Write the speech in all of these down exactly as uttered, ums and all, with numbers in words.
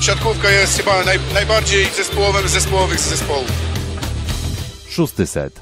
siatkówka jest chyba naj, najbardziej zespołowym z zespołowych z zespołów. Szósty set.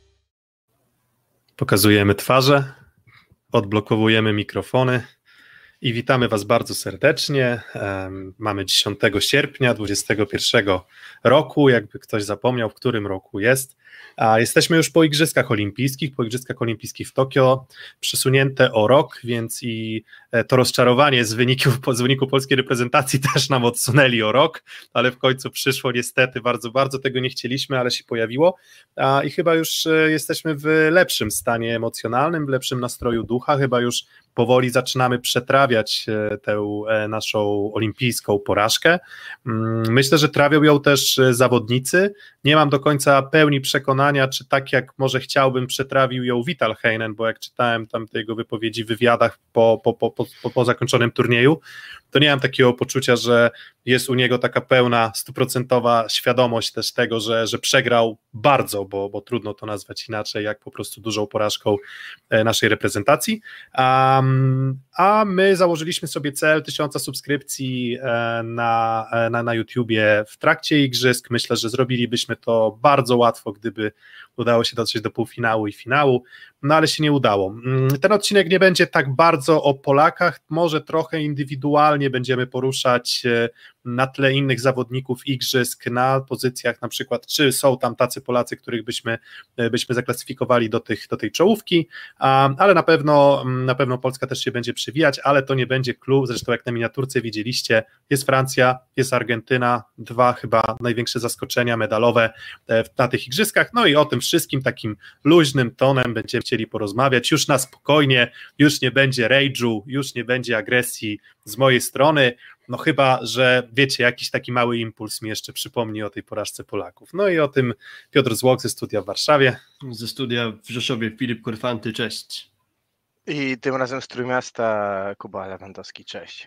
Pokazujemy twarze, odblokowujemy mikrofony i witamy Was bardzo serdecznie. Mamy dziesiątego sierpnia dwudziestego pierwszego roku, jakby ktoś zapomniał, w którym roku jest. A jesteśmy już po Igrzyskach Olimpijskich, po Igrzyskach Olimpijskich w Tokio, przesunięte o rok, więc i to rozczarowanie z wyniku, z wyniku polskiej reprezentacji też nam odsunęli o rok, ale w końcu przyszło niestety, bardzo, bardzo tego nie chcieliśmy, ale się pojawiło i chyba już jesteśmy w lepszym stanie emocjonalnym, w lepszym nastroju ducha, chyba już powoli zaczynamy przetrawiać tę naszą olimpijską porażkę. Myślę, że trawią ją też zawodnicy. Nie mam do końca pełni przekonania, czy tak jak może chciałbym, przetrawił ją Vital Heinen, bo jak czytałem tam te jego wypowiedzi w wywiadach po, po, po, po, po zakończonym turnieju, to nie mam takiego poczucia, że jest u niego taka pełna, stuprocentowa świadomość też tego, że, że przegrał bardzo, bo, bo trudno to nazwać inaczej, jak po prostu dużą porażką naszej reprezentacji. Um, a my założyliśmy sobie cel tysiąca subskrypcji na, na, na YouTubie w trakcie igrzysk. Myślę, że zrobilibyśmy to bardzo łatwo, gdyby udało się dotrzeć do półfinału i finału, no ale się nie udało. Ten odcinek nie będzie tak bardzo o Polakach, może trochę indywidualnie będziemy poruszać na tle innych zawodników igrzysk, na pozycjach na przykład, czy są tam tacy Polacy, których byśmy, byśmy zaklasyfikowali do, tych, do tej czołówki, ale na pewno, na pewno Polska też się będzie przywijać, ale to nie będzie klub, zresztą jak na miniaturce widzieliście, jest Francja, jest Argentyna, dwa chyba największe zaskoczenia medalowe na tych igrzyskach, no i o tym wszystkim takim luźnym tonem będziemy chcieli porozmawiać, już na spokojnie, już nie będzie rage'u, już nie będzie agresji z mojej strony, no chyba, że wiecie, jakiś taki mały impuls mi jeszcze przypomni o tej porażce Polaków. No i o tym Piotr Złok ze studia w Warszawie. Ze studia w Rzeszowie Filip Korfanty, cześć. I tym razem z Trójmiasta Kuba Lewandowski, cześć.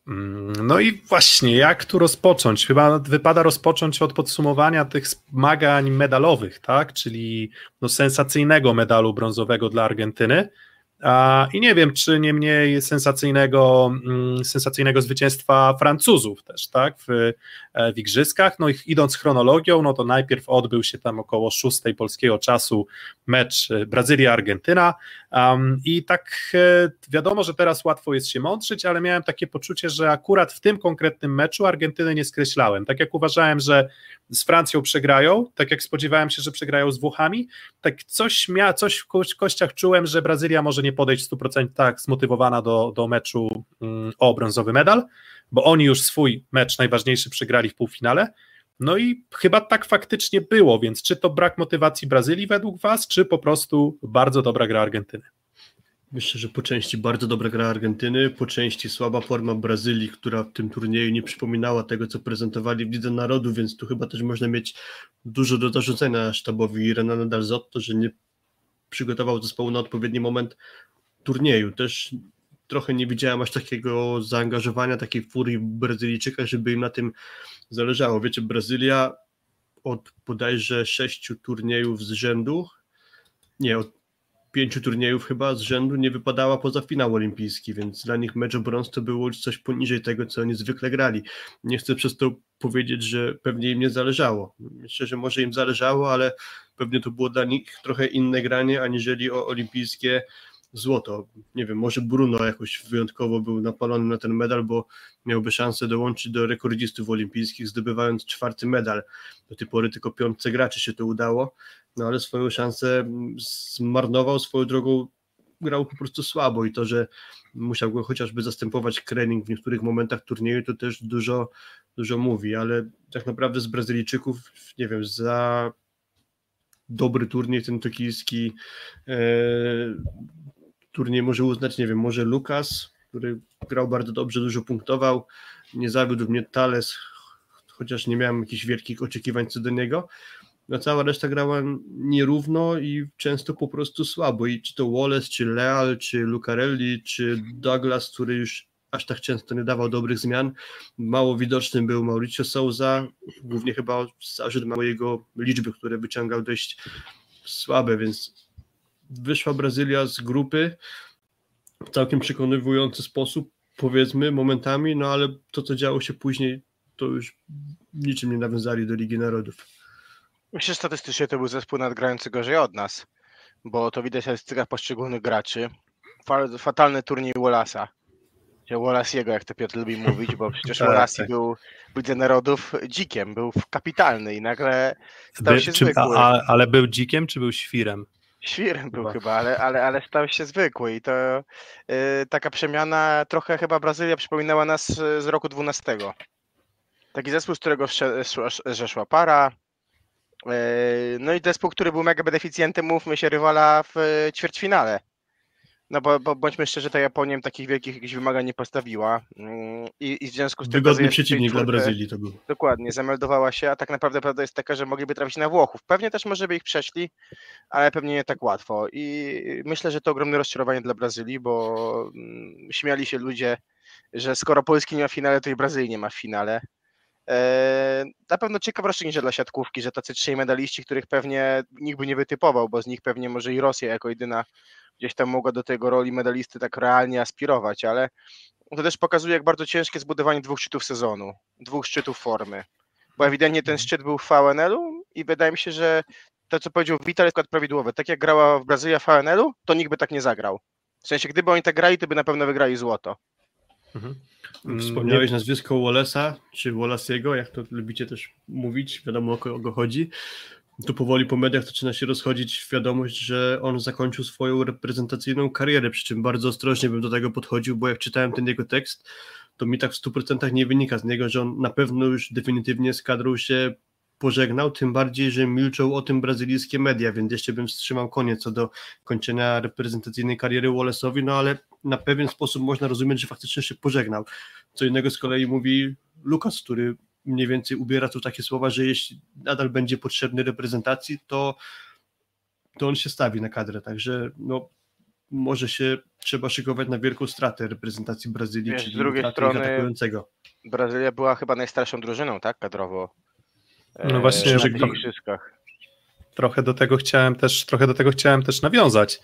No i właśnie, jak tu rozpocząć? Chyba wypada rozpocząć od podsumowania tych zmagań medalowych, tak? Czyli no, sensacyjnego medalu brązowego dla Argentyny. I nie wiem, czy nie mniej sensacyjnego, sensacyjnego zwycięstwa Francuzów też, tak, w, w igrzyskach. No i idąc chronologią, no to najpierw odbył się tam około szóstej polskiego czasu mecz Brazylia-Argentyna um, i tak wiadomo, że teraz łatwo jest się mądrzyć, ale miałem takie poczucie, że akurat w tym konkretnym meczu Argentyny nie skreślałem. Tak jak uważałem, że z Francją przegrają, tak jak spodziewałem się, że przegrają z Włochami, tak coś, mia, coś w kościach czułem, że Brazylia może nie podejść w stu procentach tak zmotywowana do, do meczu um, o brązowy medal, bo oni już swój mecz najważniejszy przegrali w półfinale, no i chyba tak faktycznie było, więc czy to brak motywacji Brazylii według Was, czy po prostu bardzo dobra gra Argentyny? Myślę, że po części bardzo dobra gra Argentyny, po części słaba forma Brazylii, która w tym turnieju nie przypominała tego, co prezentowali w Lidze Narodów, więc tu chyba też można mieć dużo do zarzucenia sztabowi Renana Dalzotto, że nie przygotował zespołu na odpowiedni moment turnieju. Też trochę nie widziałem aż takiego zaangażowania, takiej furii w Brazylijczykach, żeby im na tym zależało. Wiecie, Brazylia od bodajże sześciu turniejów z rzędu, nie, od pięciu turniejów chyba z rzędu nie wypadała poza finał olimpijski, więc dla nich mecz o brąz to było coś poniżej tego, co oni zwykle grali. Nie chcę przez to powiedzieć, że pewnie im nie zależało. Myślę, że może im zależało, ale pewnie to było dla nich trochę inne granie, aniżeli o olimpijskie złoto. Nie wiem, może Bruno jakoś wyjątkowo był napalony na ten medal, bo miałby szansę dołączyć do rekordzistów olimpijskich, zdobywając czwarty medal. Do tej pory tylko piątce graczy się to udało, no ale swoją szansę zmarnował, swoją drogą grał po prostu słabo i to, że musiał go chociażby zastępować Krenning w niektórych momentach turnieju, to też dużo, dużo mówi, ale tak naprawdę z Brazylijczyków, nie wiem, za dobry turniej ten tokijski e, turniej może uznać, nie wiem, może Lukas, który grał bardzo dobrze, dużo punktował, nie zawiódł mnie Thales, chociaż nie miałem jakichś wielkich oczekiwań co do niego, no cała reszta grała nierówno i często po prostu słabo i czy to Wallace, czy Leal, czy Lucarelli, czy Douglas, który już aż tak często nie dawał dobrych zmian, mało widocznym był Mauricio Souza, głównie chyba zarzut mało jego liczby, które wyciągał dość słabe, więc wyszła Brazylia z grupy w całkiem przekonywujący sposób, powiedzmy momentami, no ale to co działo się później to już niczym nie nawiązali do Ligi Narodów. Myślę, że statystycznie to był zespół nadgrający gorzej od nas, bo to widać w statystykach poszczególnych graczy. Fa- fatalny turniej Wallace'a. Wallace'ego, jak to Piotr lubi mówić, bo przecież Tak, Wallace tak. był w Lidze Narodów dzikiem, był kapitalny i nagle stał By, się czy, zwykły. a, ale był dzikiem, czy był świrem? Świrem był Chyba. chyba, ale, ale, ale stał się zwykły i to yy, taka przemiana trochę chyba Brazylia przypominała nas z roku dwunastego. Taki zespół, z którego zeszła para. Yy, no i zespół, który był mega beneficjentem, mówmy się, rywala w ćwierćfinale. No bo, bo bądźmy szczerzy, ta Japonia im takich wielkich jakichś wymagań nie postawiła i, i w związku z tym... Wygodny Brazylia przeciwnik dla czwórce, Brazylii to był. Dokładnie, zameldowała się, a tak naprawdę prawda jest taka, że mogliby trafić na Włochów. Pewnie też może by ich przeszli, ale pewnie nie tak łatwo i myślę, że to ogromne rozczarowanie dla Brazylii, bo mm, śmiali się ludzie, że skoro Polski nie ma w finale, to i Brazylii nie ma w finale. Eee, na pewno ciekawe rozstrzygnięcie dla siatkówki, że tacy trzej medaliści, których pewnie nikt by nie wytypował, bo z nich pewnie może i Rosja jako jedyna gdzieś tam mogła do tego roli medalisty tak realnie aspirować, ale to też pokazuje, jak bardzo ciężkie zbudowanie dwóch szczytów sezonu, dwóch szczytów formy, bo ewidentnie ten szczyt był w V N L-u i wydaje mi się, że to, co powiedział Vital, jest skład prawidłowy. Tak jak grała w Brazylia w V N L-u, to nikt by tak nie zagrał. W sensie, gdyby oni tak grali, to by na pewno wygrali złoto. Mhm. Wspomniałeś nazwisko Wallace'a, czy Wallace'ego, jak to lubicie też mówić, wiadomo o kogo chodzi. Tu powoli po mediach zaczyna się rozchodzić świadomość, że on zakończył swoją reprezentacyjną karierę, przy czym bardzo ostrożnie bym do tego podchodził, bo jak czytałem ten jego tekst, to mi tak w stu procentach nie wynika z niego, że on na pewno już definitywnie z kadrą się pożegnał, tym bardziej, że milczą o tym brazylijskie media, więc jeszcze bym wstrzymał koniec co do kończenia reprezentacyjnej kariery Wallace'owi, no ale na pewien sposób można rozumieć, że faktycznie się pożegnał. Co innego z kolei mówi Lukas, który mniej więcej ubiera tu takie słowa, że jeśli nadal będzie potrzebny reprezentacji, to, to on się stawi na kadrę, także no, może się trzeba szykować na wielką stratę reprezentacji Brazylii, Wiesz, czyli z drugiej utratę strony atakującego. Brazylia była chyba najstarszą drużyną, tak, kadrowo. No właśnie, na że tych trochę, igrzyskach. trochę do tego chciałem też, trochę do tego chciałem też nawiązać,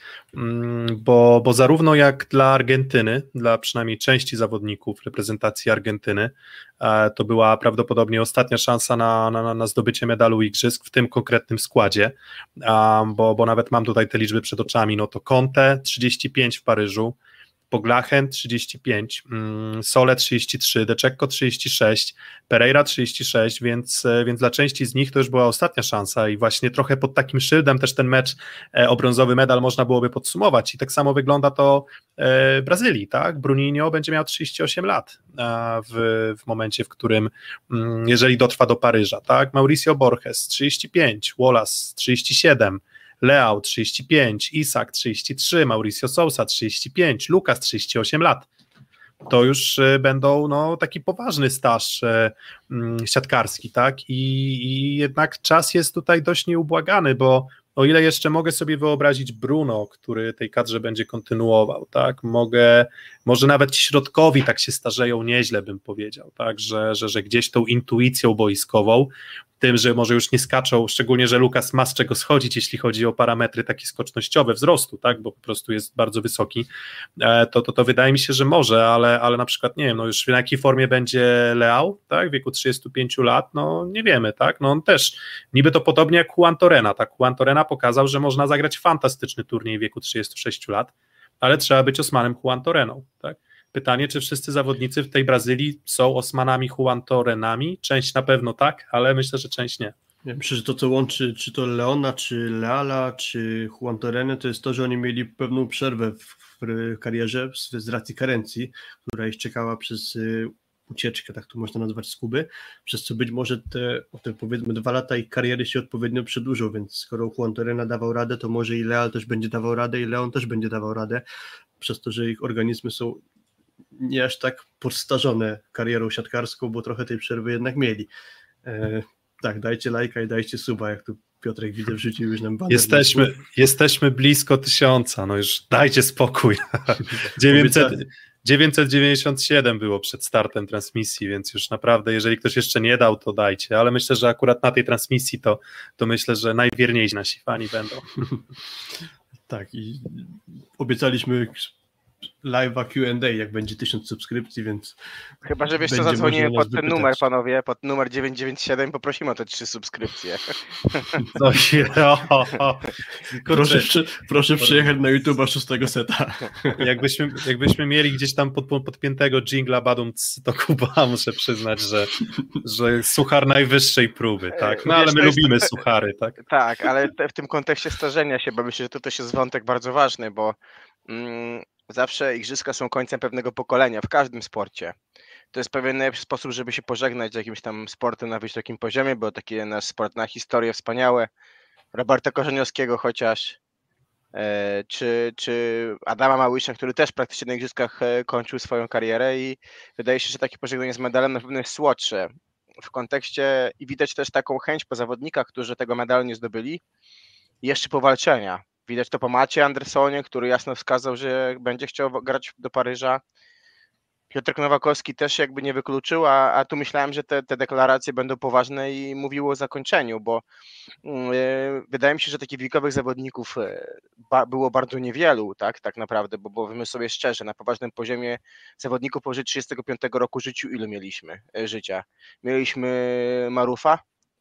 bo, bo zarówno jak dla Argentyny, dla przynajmniej części zawodników reprezentacji Argentyny, to była prawdopodobnie ostatnia szansa na, na, na zdobycie medalu igrzysk w tym konkretnym składzie, bo, bo nawet mam tutaj te liczby przed oczami, no to Conte trzydzieści pięć w Paryżu, Poglachen trzydzieści pięć, Sole trzydzieści trzy, De Cecco trzydzieści sześć, Pereira trzydzieści sześć, więc, więc dla części z nich to już była ostatnia szansa i właśnie trochę pod takim szyldem też ten mecz o brązowy medal można byłoby podsumować i tak samo wygląda to w Brazylii, tak? Bruninho będzie miał trzydzieści osiem lat w, w momencie, w którym jeżeli dotrwa do Paryża, tak? Mauricio Borges trzydzieści pięć, Wallace trzydzieści siedem, Leao trzydzieści pięć, Isak trzydzieści trzy, Mauricio Sousa trzydzieści pięć, Lucas trzydzieści osiem lat. To już będą no, taki poważny staż mm, siatkarski, tak? I, I jednak czas jest tutaj dość nieubłagany, bo o ile jeszcze mogę sobie wyobrazić Bruno, który tej kadrze będzie kontynuował, tak? Mogę, może nawet ci środkowi tak się starzeją nieźle, bym powiedział, tak? Że, że, że gdzieś tą intuicją boiskową, tym, że może już nie skaczą, szczególnie, że Lukas ma z czego schodzić, jeśli chodzi o parametry takie skocznościowe wzrostu, tak, bo po prostu jest bardzo wysoki, to, to, to wydaje mi się, że może, ale, ale na przykład, nie wiem, no już w jakiej formie będzie Leao, tak, w wieku trzydziestu pięciu lat, no nie wiemy, tak, no on też, niby to podobnie jak Juan Torrena, tak, Juan Torrena pokazał, że można zagrać fantastyczny turniej w wieku trzydziestu sześciu lat, ale trzeba być Osmanem Juan Torreną, tak. Pytanie, czy wszyscy zawodnicy w tej Brazylii są Osmanami Juan Torrenami? Część na pewno tak, ale myślę, że część nie. Ja myślę, że to, co łączy czy to Leona, czy Leala, czy Juan Torrenę, to jest to, że oni mieli pewną przerwę w, w karierze z, z racji karencji, która ich czekała przez y, ucieczkę, tak to można nazwać, z Kuby, przez co być może te, te powiedzmy dwa lata ich kariery się odpowiednio przedłużą, więc skoro Juan Torrena dawał radę, to może i Leal też będzie dawał radę i Leon też będzie dawał radę, przez to, że ich organizmy są nie aż tak podstarzone karierą siatkarską, bo trochę tej przerwy jednak mieli. E, tak, dajcie lajka i dajcie suba, jak tu Piotrek widzę wrzucił już nam banner. Jesteśmy, jesteśmy blisko tysiąca, no już dajcie spokój. dziewięćset, dziewięćset dziewięćdziesiąt siedem było przed startem transmisji, więc już naprawdę, jeżeli ktoś jeszcze nie dał, to dajcie, ale myślę, że akurat na tej transmisji to, to myślę, że najwierniejsi nasi fani będą. Tak, i obiecaliśmy live'a Q and A, jak będzie tysiąc subskrypcji, więc... Chyba, że wiesz co, będzie zadzwonimy można nas pod ten wypytać. numer, panowie, pod numer dziewięćset dziewięćdziesiąt siedem, poprosimy o te trzy subskrypcje. No się, o, o. Proszę, przy, proszę przyjechać na YouTube'a szóstego seta. Jakbyśmy, jakbyśmy mieli gdzieś tam pod, podpiętego dżingla Badumc, to Kuba, muszę przyznać, że, że suchar najwyższej próby, tak? No ale Wiesz, my to jest- lubimy suchary, tak? Tak, ale te, w tym kontekście starzenia się, bo myślę, że to też jest wątek bardzo ważny, bo mm, zawsze igrzyska są końcem pewnego pokolenia w każdym sporcie. To jest pewien najlepszy sposób, żeby się pożegnać z jakimś tam sportem na wysokim poziomie, bo taki nasz sport na historię wspaniałe, Roberta Korzeniowskiego chociaż, e, czy, czy Adama Małysza, który też praktycznie na igrzyskach e, kończył swoją karierę i wydaje się, że takie pożegnanie z medalem na pewno jest słodsze w kontekście i widać też taką chęć po zawodnikach, którzy tego medalu nie zdobyli, jeszcze powalczenia. Widać to po Macie Andersonie, który jasno wskazał, że będzie chciał grać do Paryża. Piotr Nowakowski też jakby nie wykluczył, a, a tu myślałem, że te, te deklaracje będą poważne i mówiło o zakończeniu, bo yy, wydaje mi się, że takich wielkowych zawodników yy, ba, było bardzo niewielu, tak, tak naprawdę, bo powiedzmy sobie szczerze, na poważnym poziomie zawodników powyżej trzydziestego piątego roku życiu ilu mieliśmy yy, życia? Mieliśmy Marufa,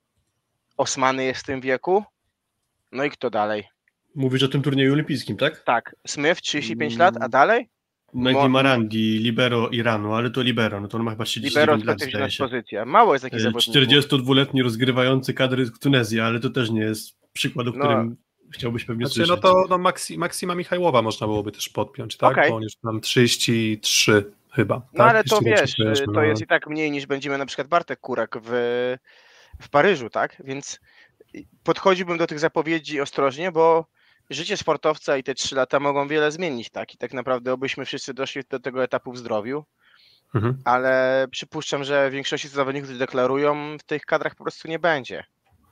Osmany jest w tym wieku, no i kto dalej? Mówisz o tym turnieju olimpijskim, tak? Tak, Smith trzydzieści pięć lat, a dalej? Nike Mo- Marandi, libero Iranu, ale to libero, no to on ma chyba trzydzieści Libero dziewięć lat, sto zdaje się. pozycja. Mało jest takich E, zawodników. czterdziestodwuletni rozgrywający kadry w Tunezji, ale to też nie jest przykład, o No. którym chciałbyś pewnie Znaczy, no słyszeć. to no Maksi, Maksima Michajłowa można byłoby też podpiąć, tak? Okej. Bo on już tam trzydzieści trzy chyba. No tak? ale to Jeśli dobrze wiesz, kojarzę, to no. jest i tak mniej niż będziemy na przykład Bartek Kurak w, w Paryżu, tak? Więc podchodziłbym do tych zapowiedzi ostrożnie, bo życie sportowca i te trzy lata mogą wiele zmienić, tak? I tak naprawdę obyśmy wszyscy doszli do tego etapu w zdrowiu, Mhm. ale przypuszczam, że większości zawodników, którzy deklarują, w tych kadrach po prostu nie będzie.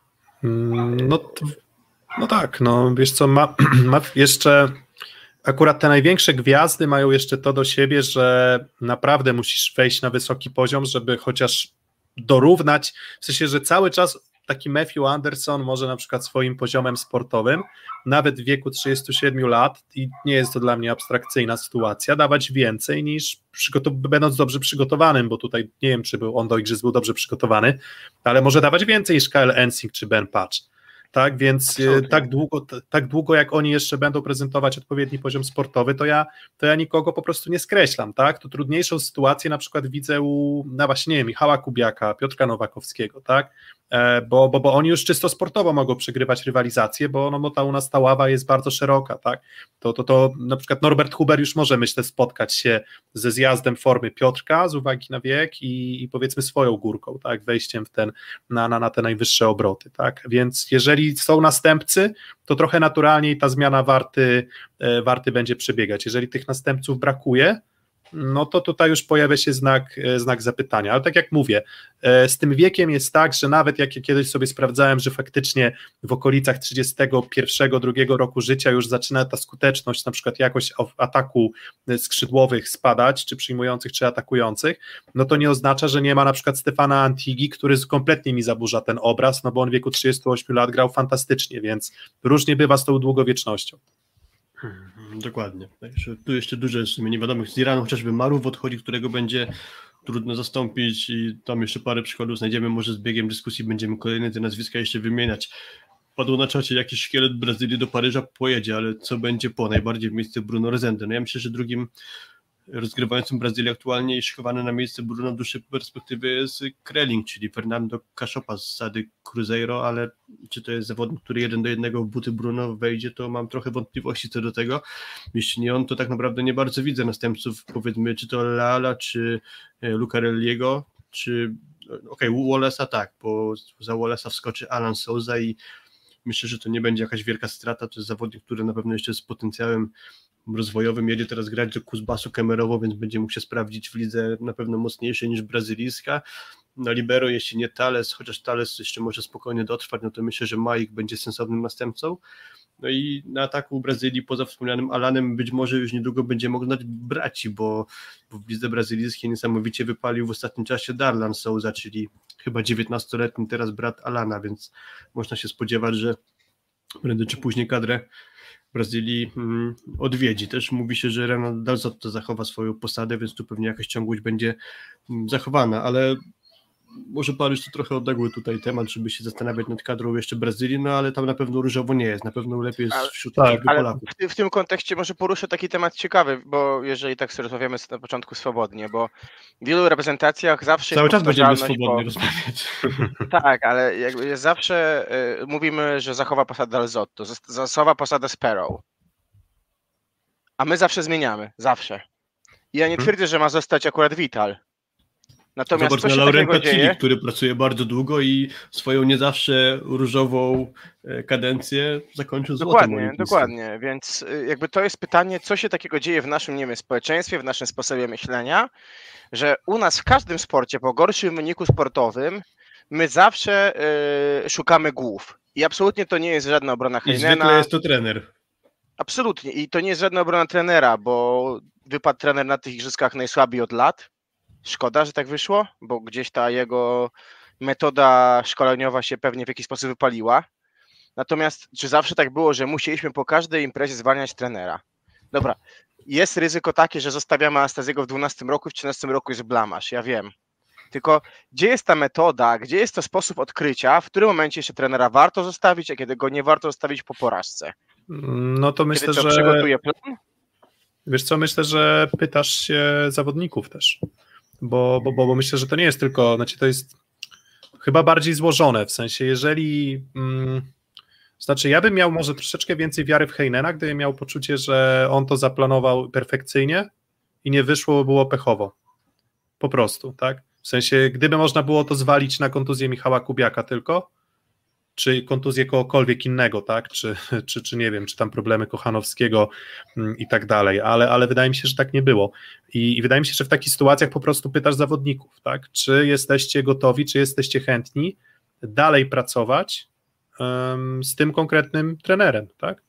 Mm, No, to, no tak, no wiesz co, ma, ma jeszcze akurat te największe gwiazdy mają jeszcze to do siebie, że naprawdę musisz wejść na wysoki poziom, żeby chociaż dorównać, w sensie, że cały czas taki Matthew Anderson może na przykład swoim poziomem sportowym, nawet w wieku trzydziestu siedmiu lat, i nie jest to dla mnie abstrakcyjna sytuacja, dawać więcej niż przygotow- będąc dobrze przygotowanym, bo tutaj nie wiem, czy był on do igrzysk był dobrze przygotowany, ale może dawać więcej niż K L Ensing czy Ben Patch. Tak, więc Absolutnie. tak długo, t- tak długo jak oni jeszcze będą prezentować odpowiedni poziom sportowy, to ja, to ja nikogo po prostu nie skreślam, tak? To trudniejszą sytuację na przykład widzę u, no właśnie, nie wiem, Michała Kubiaka, Piotra Nowakowskiego, tak? E, bo, bo, bo oni już czysto sportowo mogą przegrywać rywalizację, bo, no, bo ta u nas ta ława jest bardzo szeroka, tak? To, to, to na przykład Norbert Huber już może, myślę, spotkać się ze zjazdem formy Piotrka z uwagi na wiek i, i powiedzmy swoją górką, tak? Wejściem w ten, na, na, na te najwyższe obroty, tak? Więc jeżeli są następcy, to trochę naturalniej ta zmiana warty, e, warty będzie przebiegać. Jeżeli tych następców brakuje, no to tutaj już pojawia się znak, e, znak zapytania, ale tak jak mówię, e, z tym wiekiem jest tak, że nawet jak ja kiedyś sobie sprawdzałem, że faktycznie w okolicach trzydziestego pierwszego, drugiego roku życia już zaczyna ta skuteczność, na przykład jakość of- ataku e, skrzydłowych spadać, czy przyjmujących, czy atakujących, no to nie oznacza, że nie ma na przykład Stefana Antigi, który z- kompletnie mi zaburza ten obraz, no bo on w wieku trzydziestu ośmiu lat grał fantastycznie, więc różnie bywa z tą długowiecznością. Mhm, dokładnie. Także tu jeszcze dużo jest w sumie niewiadomych. Z Iranu chociażby Maruf odchodzi, którego będzie trudno zastąpić i tam jeszcze parę przykładów znajdziemy, może z biegiem dyskusji będziemy kolejne te nazwiska jeszcze wymieniać. Padło na czacie, jakiś szkielet Brazylii do Paryża pojedzie, ale co będzie po? Najbardziej w miejsce Bruno Rezende. No ja myślę, że drugim rozgrywającym Brazylię aktualnie i szykowany na miejsce Bruno w dłuższej perspektywie jest Kreling, czyli Fernando Cachopa z Sady Cruzeiro, ale czy to jest zawodnik, który jeden do jednego w buty Bruno wejdzie, to mam trochę wątpliwości co do tego. Jeśli nie on, to tak naprawdę nie bardzo widzę następców, powiedzmy, czy to Leala, czy Lucarelliego, czy okej, okay, Wallace'a tak, bo za Wallace'a wskoczy Alan Souza i myślę, że to nie będzie jakaś wielka strata, to jest zawodnik, który na pewno jeszcze z potencjałem rozwojowym jedzie teraz grać do Kuzbasu Kemerowo, więc będzie mógł się sprawdzić w lidze na pewno mocniejszej niż brazylijska. Na libero, jeśli nie Thales, chociaż Thales jeszcze może spokojnie dotrwać, no to myślę, że Maik będzie sensownym następcą. No i na ataku Brazylii poza wspomnianym Alanem być może już niedługo będzie mógł znać braci, bo w lidze brazylijskiej niesamowicie wypalił w ostatnim czasie Darlan Souza, czyli chyba dziewiętnastoletni teraz brat Alana, więc można się spodziewać, że prędzej czy później kadrę Brazylii mm, odwiedzi. Też mówi się, że Renan Dal Zotto zachowa swoją posadę, więc tu pewnie jakaś ciągłość będzie mm, zachowana, ale może Paryż to trochę odległy tutaj temat, żeby się zastanawiać nad kadrą jeszcze Brazylii, no ale tam na pewno różowo nie jest, na pewno lepiej jest Ale- wśród tak, choćby Ale Polaków. w, ty- w tym kontekście może poruszę taki temat ciekawy, bo jeżeli tak sobie rozmawiamy na początku swobodnie, bo w wielu reprezentacjach zawsze Cały jest czas będziemy powtarzalność, swobodnie bo, rozmawiać. tak, ale jakby jest zawsze y, mówimy, że zachowa posadę Dal Zotto, zas- zachowa posadę Sparrow, a my zawsze zmieniamy, zawsze. I ja nie Mhm. twierdzę, że ma zostać akurat Vital. Natomiast Zobacz co na się Laurenta takiego Chili, dzieje? który pracuje bardzo długo i swoją nie zawsze różową e, kadencję zakończył złotem Dokładnie, olimpijskim. dokładnie, więc y, jakby to jest pytanie, co się takiego dzieje w naszym, nie wiem, społeczeństwie, w naszym sposobie myślenia, że u nas w każdym sporcie, po gorszym wyniku sportowym, my zawsze y, szukamy głów. I absolutnie to nie jest żadna obrona I zwykle Heinena. jest to trener. Absolutnie. I to nie jest żadna obrona trenera, bo wypadł trener na tych igrzyskach najsłabiej od lat. Szkoda, że tak wyszło, bo gdzieś ta jego metoda szkoleniowa się pewnie w jakiś sposób wypaliła. Natomiast czy zawsze tak było, że musieliśmy po każdej imprezie zwalniać trenera? Dobra, jest ryzyko takie, że zostawiamy Anastazjego w dwunastym roku, w trzynastym roku jest blamaż, ja wiem. Tylko gdzie jest ta metoda, gdzie jest to sposób odkrycia, w którym momencie jeszcze trenera warto zostawić, a kiedy go nie warto zostawić po porażce? No to myślę, Kiedy to że przygotuje plan? wiesz co, myślę, że pytasz się zawodników też, bo, bo, bo, bo myślę, że to nie jest tylko, znaczy to jest chyba bardziej złożone, w sensie jeżeli, mm, znaczy ja bym miał może troszeczkę więcej wiary w Heinena, gdybym miał poczucie, że on to zaplanował perfekcyjnie i nie wyszło, było pechowo, po prostu, tak, w sensie gdyby można było to zwalić na kontuzję Michała Kubiaka tylko, czy kontuzję kogokolwiek innego, tak, czy, czy, czy nie wiem, czy tam problemy Kochanowskiego mm, i tak dalej, ale, ale wydaje mi się, że tak nie było I, i wydaje mi się, że w takich sytuacjach po prostu pytasz zawodników, tak, czy jesteście gotowi, czy jesteście chętni dalej pracować um, z tym konkretnym trenerem, tak,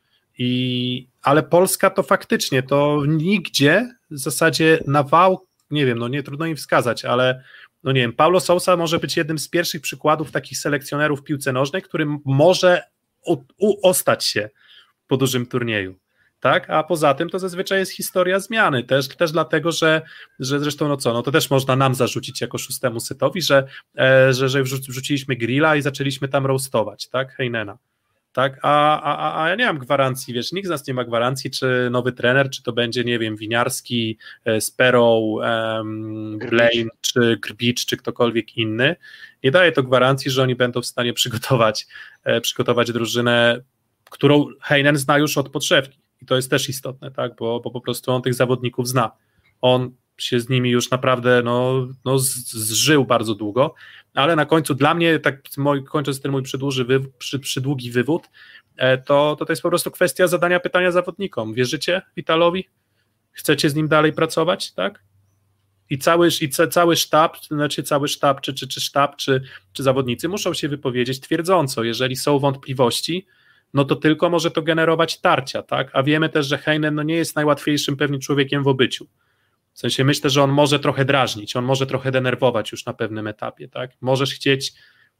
I, ale Polska to faktycznie, to nigdzie w zasadzie na wał, nie wiem, no nie trudno im wskazać, ale no nie wiem, Paulo Sousa może być jednym z pierwszych przykładów takich selekcjonerów w piłce nożnej, który może u, u, ostać się po dużym turnieju, tak, a poza tym to zazwyczaj jest historia zmiany, też, też dlatego, że, że zresztą no co, no to też można nam zarzucić jako szóstemu setowi, że, e, że, że wrzuciliśmy grilla i zaczęliśmy tam roastować, tak, Heinena. Tak, a, a, a ja nie mam gwarancji, wiesz, nikt z nas nie ma gwarancji, czy nowy trener, czy to będzie, nie wiem, Winiarski, Sparrow, um, Blaine, czy Grbicz, czy ktokolwiek inny, nie daje to gwarancji, że oni będą w stanie przygotować, e, przygotować drużynę, którą Heinen zna już od podszewki i to jest też istotne, tak, bo, bo po prostu on tych zawodników zna, on się z nimi już naprawdę no, no z, zżył bardzo długo, ale na końcu dla mnie, tak mój, kończąc ten mój przydłuży wy, przy, przydługi wywód, to, to to jest po prostu kwestia zadania pytania zawodnikom. Wierzycie Vitalowi? Chcecie z nim dalej pracować? Tak? I cały, i ca, cały sztab, znaczy cały sztab, czy, czy, czy sztab, czy, czy zawodnicy muszą się wypowiedzieć twierdząco. Jeżeli są wątpliwości, no to tylko może to generować tarcia, tak? A wiemy też, że Heinen no nie jest najłatwiejszym pewnie człowiekiem w obyciu. W sensie myślę, że on może trochę drażnić, on może trochę denerwować już na pewnym etapie, tak? Możesz chcieć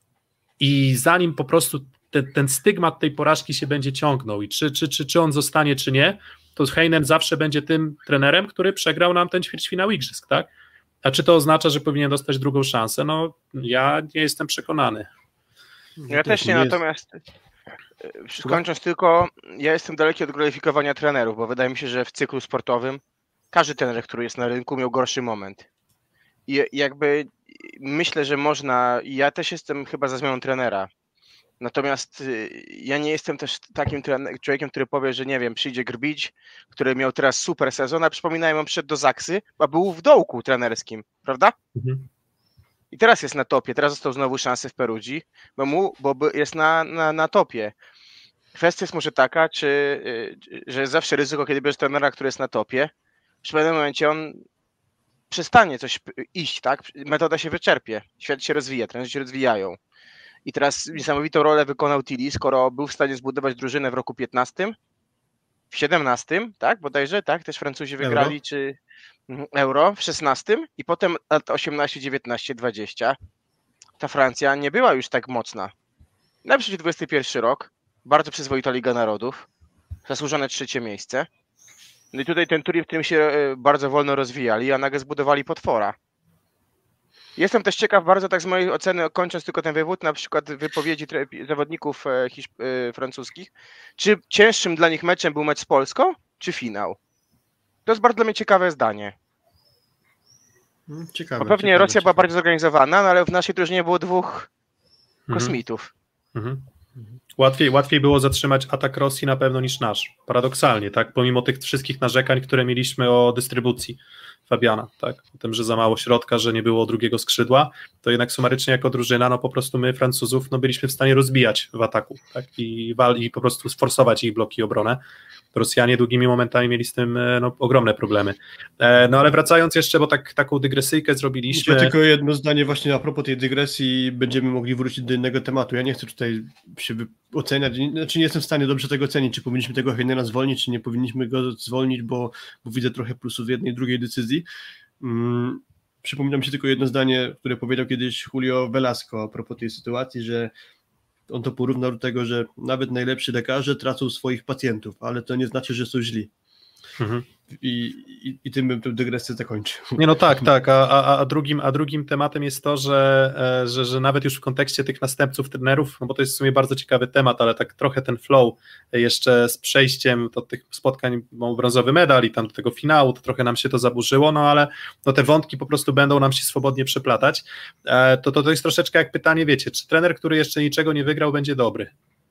i zanim po prostu ten, ten stygmat tej porażki się będzie ciągnął i czy, czy, czy, czy on zostanie, czy nie, to Heinen zawsze będzie tym trenerem, który przegrał nam ten ćwierćfinał igrzysk, tak? A czy to oznacza, że powinien dostać drugą szansę? No ja nie jestem przekonany. Ja też nie, natomiast kończąc tylko, ja jestem daleki od gloryfikowania trenerów, bo wydaje mi się, że w cyklu sportowym każdy trener, który jest na rynku, miał gorszy moment. I jakby myślę, że można, ja też jestem chyba za zmianą trenera, natomiast ja nie jestem też takim trener, człowiekiem, który powie, że nie wiem, przyjdzie Grbić, który miał teraz super sezon, a przypominają, on przyszedł do Zaksy, a był w dołku trenerskim, prawda? Mhm. I teraz jest na topie, teraz dostał znowu szansę w Perugii, bo, mu, bo jest na, na, na topie. Kwestia jest może taka, czy, że jest zawsze ryzyko, kiedy bierzesz trenera, który jest na topie, w pewnym momencie on przestanie coś iść, tak? Metoda się wyczerpie, świat się rozwija, trenerzy się rozwijają. I teraz niesamowitą rolę wykonał Tilly, skoro był w stanie zbudować drużynę w roku piętnastym, w siedemnastym, tak? Bodajże, tak? Też Francuzi wygrali, Euro. czy Euro w szesnastym i potem lat osiemnaście, dziewiętnaście, dwadzieścia. Ta Francja nie była już tak mocna. Najpierw dwudziesty pierwszy rok, bardzo przyzwoita Liga Narodów, zasłużone trzecie miejsce. No i tutaj ten turniej, w którym się bardzo wolno rozwijali, a nagle zbudowali potwora. Jestem też ciekaw bardzo, tak z mojej oceny, kończąc tylko ten wywód, na przykład wypowiedzi zawodników hiszp- francuskich, czy cięższym dla nich meczem był mecz z Polską, czy finał? To jest bardzo dla mnie ciekawe zdanie. Ciekawe, Bo pewnie ciekawe, Rosja ciekawe. była bardziej zorganizowana, no ale w naszej drużynie było dwóch Mhm. kosmitów. Mhm. Łatwiej, łatwiej było zatrzymać atak Rosji na pewno niż nasz. Paradoksalnie, tak? Pomimo tych wszystkich narzekań, które mieliśmy o dystrybucji Fabiana, tak? O tym, że za mało środka, że nie było drugiego skrzydła, to jednak sumarycznie jako drużyna, no po prostu my Francuzów, no byliśmy w stanie rozbijać w ataku, tak? I, wal, i po prostu sforsować ich bloki obronę. Rosjanie długimi momentami mieli z tym no, ogromne problemy. E, no ale wracając jeszcze, bo tak, taką dygresyjkę zrobiliśmy. Jeszcze tylko jedno zdanie właśnie a propos tej dygresji, będziemy mogli wrócić do innego tematu. Ja nie chcę tutaj się oceniać, znaczy nie jestem w stanie dobrze tego ocenić, czy powinniśmy tego Heinera zwolnić, czy nie powinniśmy go zwolnić, bo, bo widzę trochę plusów w jednej i drugiej decyzji. Hmm, przypomina mi się tylko jedno zdanie, które powiedział kiedyś Julio Velasco a propos tej sytuacji, że on to porównał do tego, że nawet najlepsi lekarze tracą swoich pacjentów, ale to nie znaczy, że są źli. Mhm. I, i, I tym bym tę dygresję zakończył. Nie, no tak, tak, a, a, a, drugim, a drugim tematem jest to, że, że, że nawet już w kontekście tych następców trenerów, no bo to jest w sumie bardzo ciekawy temat, ale tak trochę ten flow jeszcze z przejściem do tych spotkań o brązowy medal i tam do tego finału, to trochę nam się to zaburzyło, no ale no te wątki po prostu będą nam się swobodnie przeplatać, to, to, to jest troszeczkę jak pytanie, wiecie, czy trener, który jeszcze niczego nie wygrał, będzie dobry?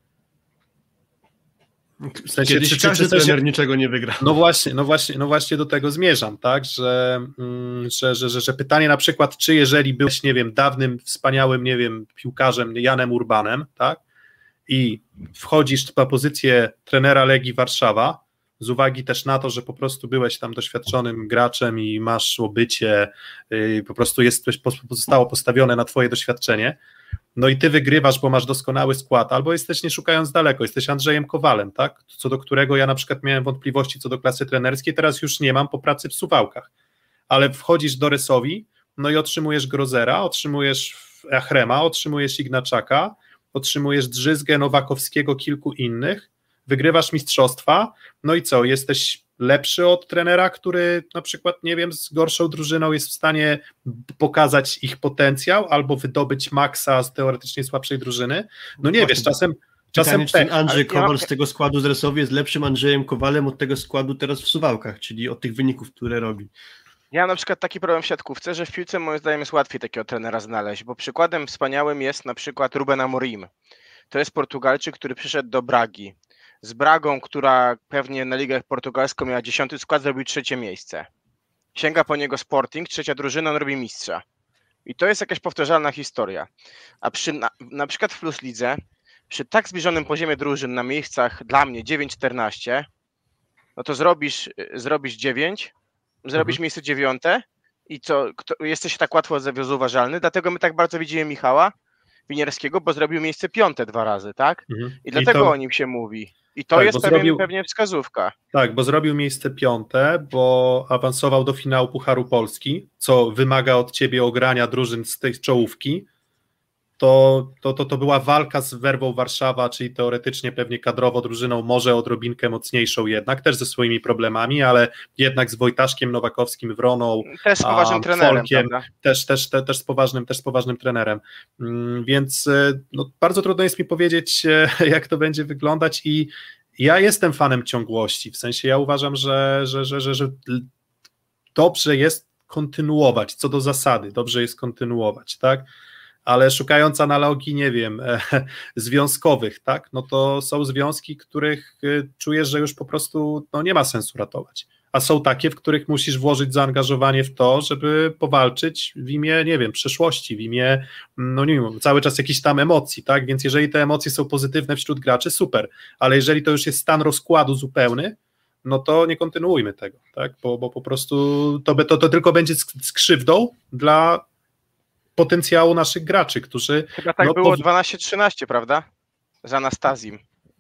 W sensie, Kiedyś czy, każdy czy, czy, trener się... niczego nie wygra. No właśnie, no właśnie, no właśnie do tego zmierzam, tak, że, mm, że, że, że, że pytanie na przykład, czy jeżeli byłeś, nie wiem, dawnym, wspaniałym, nie wiem, piłkarzem Janem Urbanem, tak, i wchodzisz na pozycję trenera Legii Warszawa, z uwagi też na to, że po prostu byłeś tam doświadczonym graczem i masz obycie, yy, po prostu jesteś, zostało postawione na twoje doświadczenie, no i ty wygrywasz, bo masz doskonały skład, albo jesteś, nie szukając daleko, jesteś Andrzejem Kowalem, tak? Co do którego ja na przykład miałem wątpliwości co do klasy trenerskiej, teraz już nie mam po pracy w Suwałkach, ale wchodzisz do Resowi, no i otrzymujesz Grozera, otrzymujesz Achrema, otrzymujesz Ignaczaka, otrzymujesz Drzyzgę, Nowakowskiego, kilku innych, wygrywasz mistrzostwa, no i co, jesteś lepszy od trenera, który na przykład, nie wiem, z gorszą drużyną jest w stanie pokazać ich potencjał albo wydobyć maksa z teoretycznie słabszej drużyny? No nie Właśnie, wiesz, czasem... czasem czasem ten Andrzej ja... Kowal z tego składu z Resowi jest lepszym Andrzejem Kowalem od tego składu teraz w Suwałkach, czyli od tych wyników, które robi. Ja mam na przykład taki problem w siatkówce, że w piłce moim zdaniem jest łatwiej takiego trenera znaleźć, bo przykładem wspaniałym jest na przykład Ruben Amorim. To jest Portugalczyk, który przyszedł do Bragi. Z Bragą, która pewnie na ligę portugalską miała dziesiąty skład, zrobił trzecie miejsce. Sięga po niego Sporting, trzecia drużyna, on robi mistrza. I to jest jakaś powtarzalna historia. A przy, na, na przykład w Plus Lidze, przy tak zbliżonym poziomie drużyn na miejscach dla mnie dziewięć czternaście, no to zrobisz, zrobisz dziewięć, zrobisz mhm. miejsce dziewiąte i co, kto, jesteś tak łatwo zauważalny, dlatego my tak bardzo widzimy Michała Winierskiego, bo zrobił miejsce piąte dwa razy, tak? Mhm. I dlatego I to... o nim się mówi. I to tak, jest pewien, zrobił, pewnie wskazówka. Tak, bo zrobił miejsce piąte, bo awansował do finału Pucharu Polski, co wymaga od ciebie ogrania drużyn z tej czołówki. To, to, to, to była walka z Werwą Warszawa, czyli teoretycznie pewnie kadrowo drużyną może odrobinkę mocniejszą jednak, też ze swoimi problemami, ale jednak z Wojtaszkiem Nowakowskim, Wroną, też z poważnym trenerem, Folkiem, też, też, te, też, z poważnym, też z poważnym trenerem. Więc no, bardzo trudno jest mi powiedzieć, jak to będzie wyglądać i ja jestem fanem ciągłości, w sensie ja uważam, że, że, że, że, że dobrze jest kontynuować, co do zasady, dobrze jest kontynuować, tak? Ale szukając analogii, nie wiem, e, związkowych, tak, no to są związki, których e, czujesz, że już po prostu no, nie ma sensu ratować, a są takie, w których musisz włożyć zaangażowanie w to, żeby powalczyć w imię, nie wiem, przeszłości, w imię, no nie wiem, cały czas jakichś tam emocji, tak, więc jeżeli te emocje są pozytywne wśród graczy, super, ale jeżeli to już jest stan rozkładu zupełny, no to nie kontynuujmy tego, tak, bo, bo po prostu to, to, to tylko będzie z krzywdą dla potencjału naszych graczy, którzy... Chyba tak no, było pow... dwanaście trzynaście, prawda? Z Anastazim.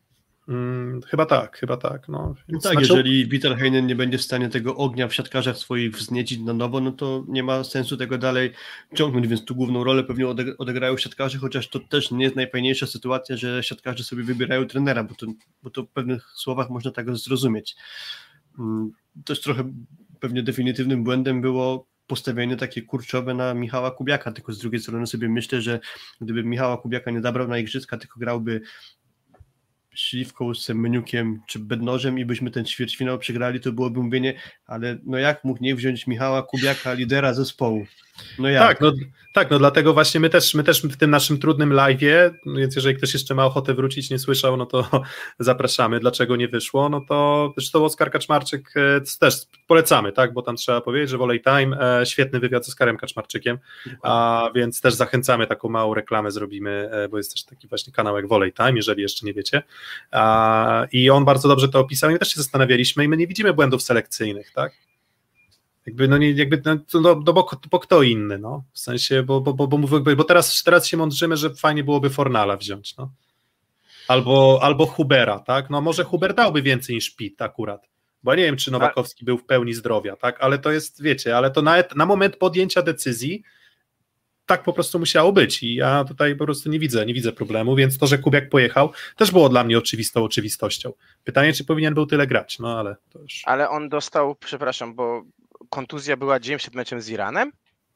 Hmm, chyba tak, chyba tak. No, no tak, znaczy... jeżeli Vital Heinen nie będzie w stanie tego ognia w siatkarzach swoich wzniecić na nowo, no to nie ma sensu tego dalej ciągnąć, więc tu główną rolę pewnie odegrają siatkarze, chociaż to też nie jest najfajniejsza sytuacja, że siatkarze sobie wybierają trenera, bo to, bo to w pewnych słowach można tak zrozumieć. Też trochę pewnie definitywnym błędem było postawienie takie kurczowe na Michała Kubiaka, tylko z drugiej strony sobie myślę, że gdyby Michała Kubiaka nie zabrał na igrzyska, tylko grałby Śliwką, Semeniukiem czy Bednożem i byśmy ten ćwierćfinał przegrali, to byłoby mówienie, ale no jak mógł nie wziąć Michała Kubiaka, lidera zespołu? No jak? Tak, no, tak, no dlatego właśnie my też, my też w tym naszym trudnym live'ie, więc jeżeli ktoś jeszcze ma ochotę wrócić, nie słyszał, no to zapraszamy, dlaczego nie wyszło, no to zresztą Oskar Kaczmarczyk też polecamy, tak, bo tam trzeba powiedzieć, że Volley Time, świetny wywiad z Oskarem Kaczmarczykiem, a więc też zachęcamy, taką małą reklamę zrobimy, bo jest też taki właśnie kanał jak Volley Time, jeżeli jeszcze nie wiecie, a, i on bardzo dobrze to opisał i my też się zastanawialiśmy i my nie widzimy błędów selekcyjnych, tak. Jakby, no nie, jakby, no, no bo, bo kto inny, no, w sensie, bo, bo, bo, bo, bo teraz, teraz się mądrzymy, że fajnie byłoby Fornala wziąć, no, albo, albo Hubera, tak, no może Huber dałby więcej niż Pitt akurat, bo ja nie wiem, czy Nowakowski był w pełni zdrowia, tak, ale to jest, wiecie, ale to na, na moment podjęcia decyzji tak po prostu musiało być i ja tutaj po prostu nie widzę, nie widzę problemu, więc to, że Kubiak pojechał, też było dla mnie oczywistą oczywistością. Pytanie, czy powinien był tyle grać, no ale to już... Ale on dostał, przepraszam, bo kontuzja była dzień przed meczem z Iranem?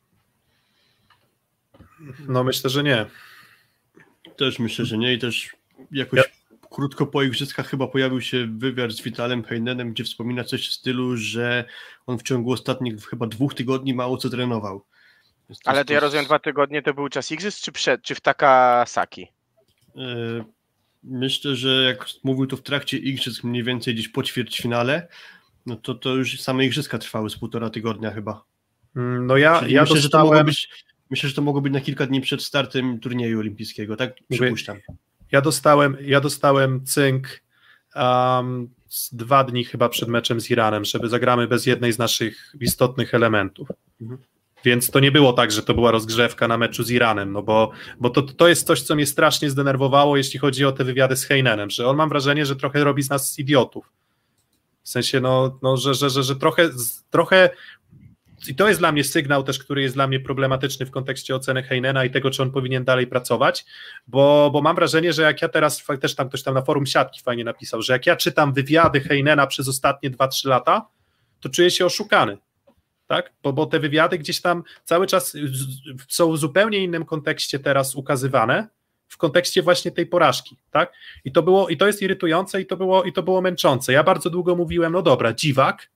No myślę, że nie. Też myślę, że nie i też jakoś ja. krótko po igrzyskach chyba pojawił się wywiad z Vitalem Heinenem, gdzie wspomina coś w stylu, że on w ciągu ostatnich chyba dwóch tygodni mało co trenował. To Ale to ja rozumiem, dwa tygodnie to był czas igrzysk, czy przed, czy w Takasaki? Yy, myślę, że jak mówił to w trakcie igrzysk mniej więcej gdzieś po ćwierćfinale, no to to już same igrzyska trwały z półtora tygodnia chyba. No ja, ja myślę, dostałem... że to mogło być, myślę, że to mogło być na kilka dni przed startem turnieju olimpijskiego, tak? Przypuszczam. Ja dostałem, ja dostałem cynk um, dwa dni chyba przed meczem z Iranem, żeby zagramy bez jednej z naszych istotnych elementów. Mhm. Więc to nie było tak, że to była rozgrzewka na meczu z Iranem, no bo, bo to, to jest coś, co mnie strasznie zdenerwowało, jeśli chodzi o te wywiady z Heinenem, że on, mam wrażenie, że trochę robi z nas idiotów. W sensie, no, no że, że, że, że trochę, trochę, i to jest dla mnie sygnał też, który jest dla mnie problematyczny w kontekście oceny Heinena i tego, czy on powinien dalej pracować, bo, bo mam wrażenie, że jak ja teraz, też tam ktoś tam na forum siatki fajnie napisał, że jak ja czytam wywiady Heinena przez ostatnie dwa trzy lata, to czuję się oszukany. Tak? Bo, bo te wywiady gdzieś tam cały czas są w zupełnie innym kontekście teraz ukazywane, w kontekście właśnie tej porażki, tak? I to było, i to jest irytujące i to było, i to było męczące. Ja bardzo długo mówiłem, no dobra, dziwak,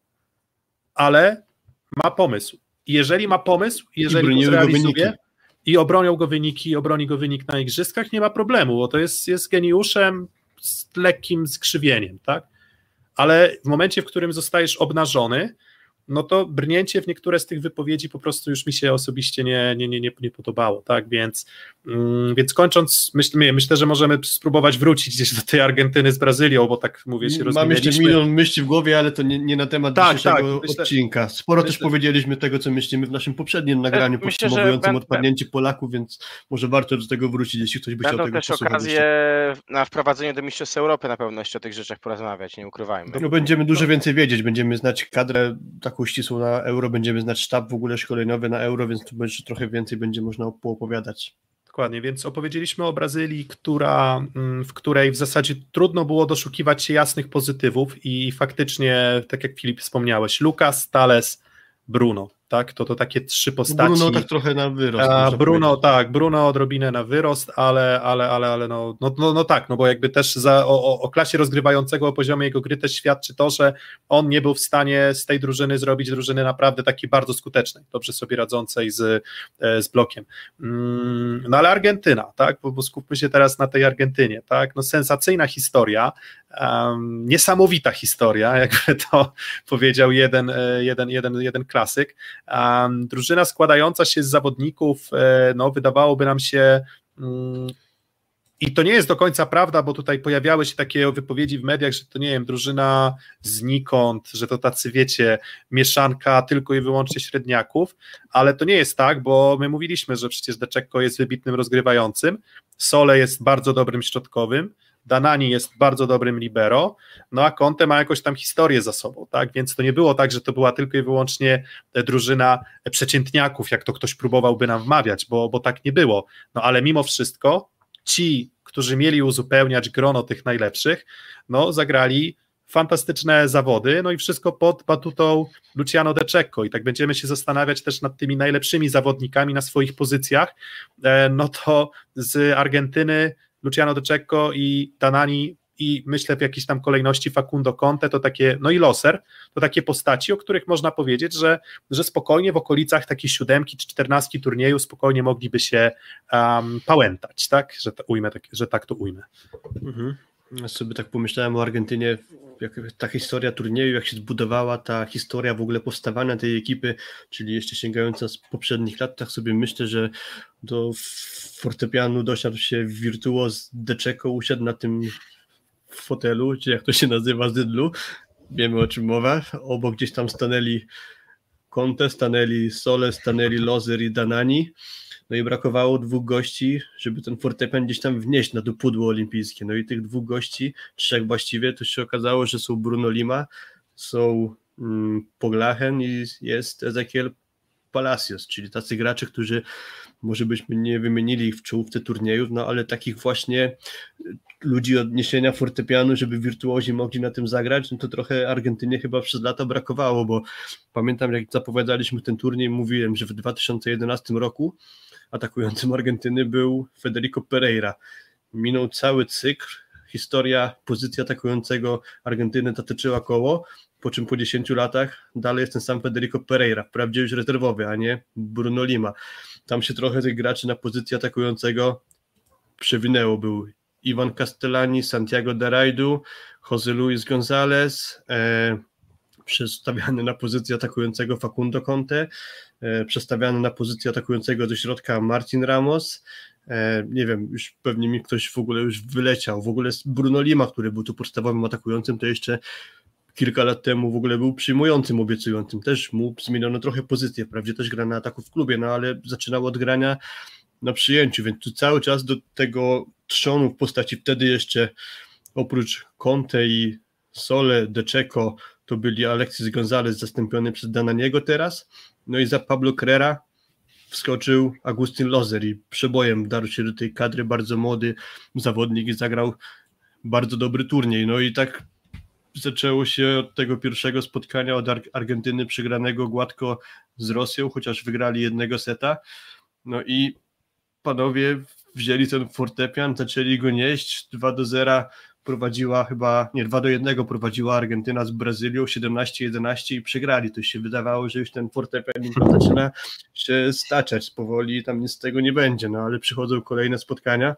ale ma pomysł. I jeżeli ma pomysł, jeżeli go zrealizuje i obronią go wyniki, i obroni go wynik na igrzyskach, nie ma problemu, bo to jest, jest geniuszem z lekkim skrzywieniem, tak? Ale w momencie, w którym zostajesz obnażony, no to brnięcie w niektóre z tych wypowiedzi po prostu już mi się osobiście nie, nie, nie, nie, nie podobało, tak, więc, mm, więc kończąc, myślę, myślę, że możemy spróbować wrócić gdzieś do tej Argentyny z Brazylią, bo tak mówię, się rozmawialiśmy. Mam jeszcze milion myśli w głowie, ale to nie, nie na temat tak, dzisiejszego tak, myślę, odcinka. Sporo myślę, też powiedzieliśmy tego, co myślimy w naszym poprzednim nagraniu myślę, podsumowującym że odpadnięcie Polaków, więc może warto do tego wrócić, jeśli ktoś by chciał tego posłuchać. Będą też okazje na wprowadzenie do Mistrzostw Europy na pewno jeszcze o tych rzeczach porozmawiać, nie ukrywajmy. No, będziemy dużo więcej wiedzieć, będziemy znać kadrę taką ścisłą na Euro, będziemy znać sztab w ogóle szkoleniowy na Euro, więc tu jeszcze trochę więcej będzie można poopowiadać. Dokładnie, więc opowiedzieliśmy o Brazylii, która, w której w zasadzie trudno było doszukiwać się jasnych pozytywów i faktycznie, tak jak Filip wspomniałeś, Lucas, Tales, Bruno, tak, to to takie trzy postaci. Bruno tak trochę na wyrost. A, Bruno, tak, Bruno odrobinę na wyrost, ale, ale, ale, ale no, no, no, no tak, no bo jakby też za, o, o klasie rozgrywającego, o poziomie jego gry też świadczy to, że on nie był w stanie z tej drużyny zrobić drużyny naprawdę takiej bardzo skutecznej, dobrze sobie radzącej z, z blokiem. No ale Argentyna, tak, bo, bo skupmy się teraz na tej Argentynie, tak, no sensacyjna historia, um, niesamowita historia, jakby to powiedział jeden, jeden, jeden, jeden klasyk. Um, drużyna składająca się z zawodników, e, no wydawałoby nam się mm, i to nie jest do końca prawda, bo tutaj pojawiały się takie wypowiedzi w mediach, że to nie wiem, drużyna znikąd, że to tacy wiecie, mieszanka tylko i wyłącznie średniaków, ale to nie jest tak, bo my mówiliśmy, że przecież De Cecco jest wybitnym rozgrywającym, Sole jest bardzo dobrym środkowym, Danani jest bardzo dobrym libero, no a Conte ma jakąś tam historię za sobą, tak, więc to nie było tak, że to była tylko i wyłącznie drużyna przeciętniaków, jak to ktoś próbowałby nam wmawiać, bo, bo tak nie było, no ale mimo wszystko ci, którzy mieli uzupełniać grono tych najlepszych, no zagrali fantastyczne zawody, no i wszystko pod batutą Luciano De Cecco i tak będziemy się zastanawiać też nad tymi najlepszymi zawodnikami na swoich pozycjach, no to z Argentyny Luciano De Cecco i Danani i myślę w jakiejś tam kolejności Facundo Conte, to takie, no i Loser, to takie postaci, o których można powiedzieć, że, że spokojnie w okolicach takiej siódemki czy czternastki turnieju spokojnie mogliby się um, pałętać, tak, że, to ujmę, tak, że tak to ujmę. Mhm. Ja sobie tak pomyślałem o Argentynie, jak ta historia turnieju, jak się zbudowała, ta historia w ogóle powstawania tej ekipy, czyli jeszcze sięgająca z poprzednich lat, tak sobie myślę, że do fortepianu dosiadł się wirtuoz De Cecco, usiadł na tym fotelu, czy jak to się nazywa, zydlu, wiemy o czym mowa, obok gdzieś tam stanęli Conte, stanęli Sole, stanęli Loser i Danani, no i brakowało dwóch gości, żeby ten fortepian gdzieś tam wnieść na to pudło olimpijskie. No i tych dwóch gości, trzech właściwie, to się okazało, że są Bruno Lima, są mm, Poglachen i jest Ezequiel Palacios, czyli tacy gracze, którzy może byśmy nie wymienili ich w czołówce turniejów, no ale takich właśnie ludzi odniesienia fortepianu, żeby wirtuozi mogli na tym zagrać, no to trochę Argentynie chyba przez lata brakowało, bo pamiętam, jak zapowiadaliśmy ten turniej, mówiłem, że w dwa tysiące jedenastym roku atakującym Argentyny był Federico Pereira. Minął cały cykl, historia pozycji atakującego Argentyny toczyła koło, po czym po dziesięciu latach dalej jest ten sam Federico Pereira, wprawdzie już rezerwowy, a nie Bruno Lima. Tam się trochę tych graczy na pozycji atakującego przewinęło. Był Ivan Castellani, Santiago Daraidu, José Luis González, e, przestawiany na pozycję atakującego Facundo Conte, e, przestawiany na pozycję atakującego do środka Martin Ramos, e, nie wiem, już pewnie mi ktoś w ogóle już wyleciał, w ogóle Bruno Lima, który był tu podstawowym atakującym, to jeszcze kilka lat temu w ogóle był przyjmującym, obiecującym, też mu zmieniono trochę pozycję, wprawdzie też gra na ataku w klubie, no ale zaczynał od grania na przyjęciu, więc tu cały czas do tego trzonu w postaci wtedy jeszcze oprócz Conte i Sole, De Cecco to byli Alexis González zastąpiony przez Dananiego teraz, no i za Pablo Carrera wskoczył Agustin Loser i przebojem wdarł się do tej kadry, bardzo młody zawodnik i zagrał bardzo dobry turniej, no i tak zaczęło się od tego pierwszego spotkania od Ar- Argentyny przegranego gładko z Rosją, chociaż wygrali jednego seta, no i panowie wzięli ten fortepian, zaczęli go nieść, dwa do zera prowadziła chyba, nie, dwa do jednego prowadziła Argentyna z Brazylią, siedemnaście jedenaście i przegrali, to się wydawało, że już ten fortepian zaczyna się staczać powoli, tam nic z tego nie będzie, no ale przychodzą kolejne spotkania,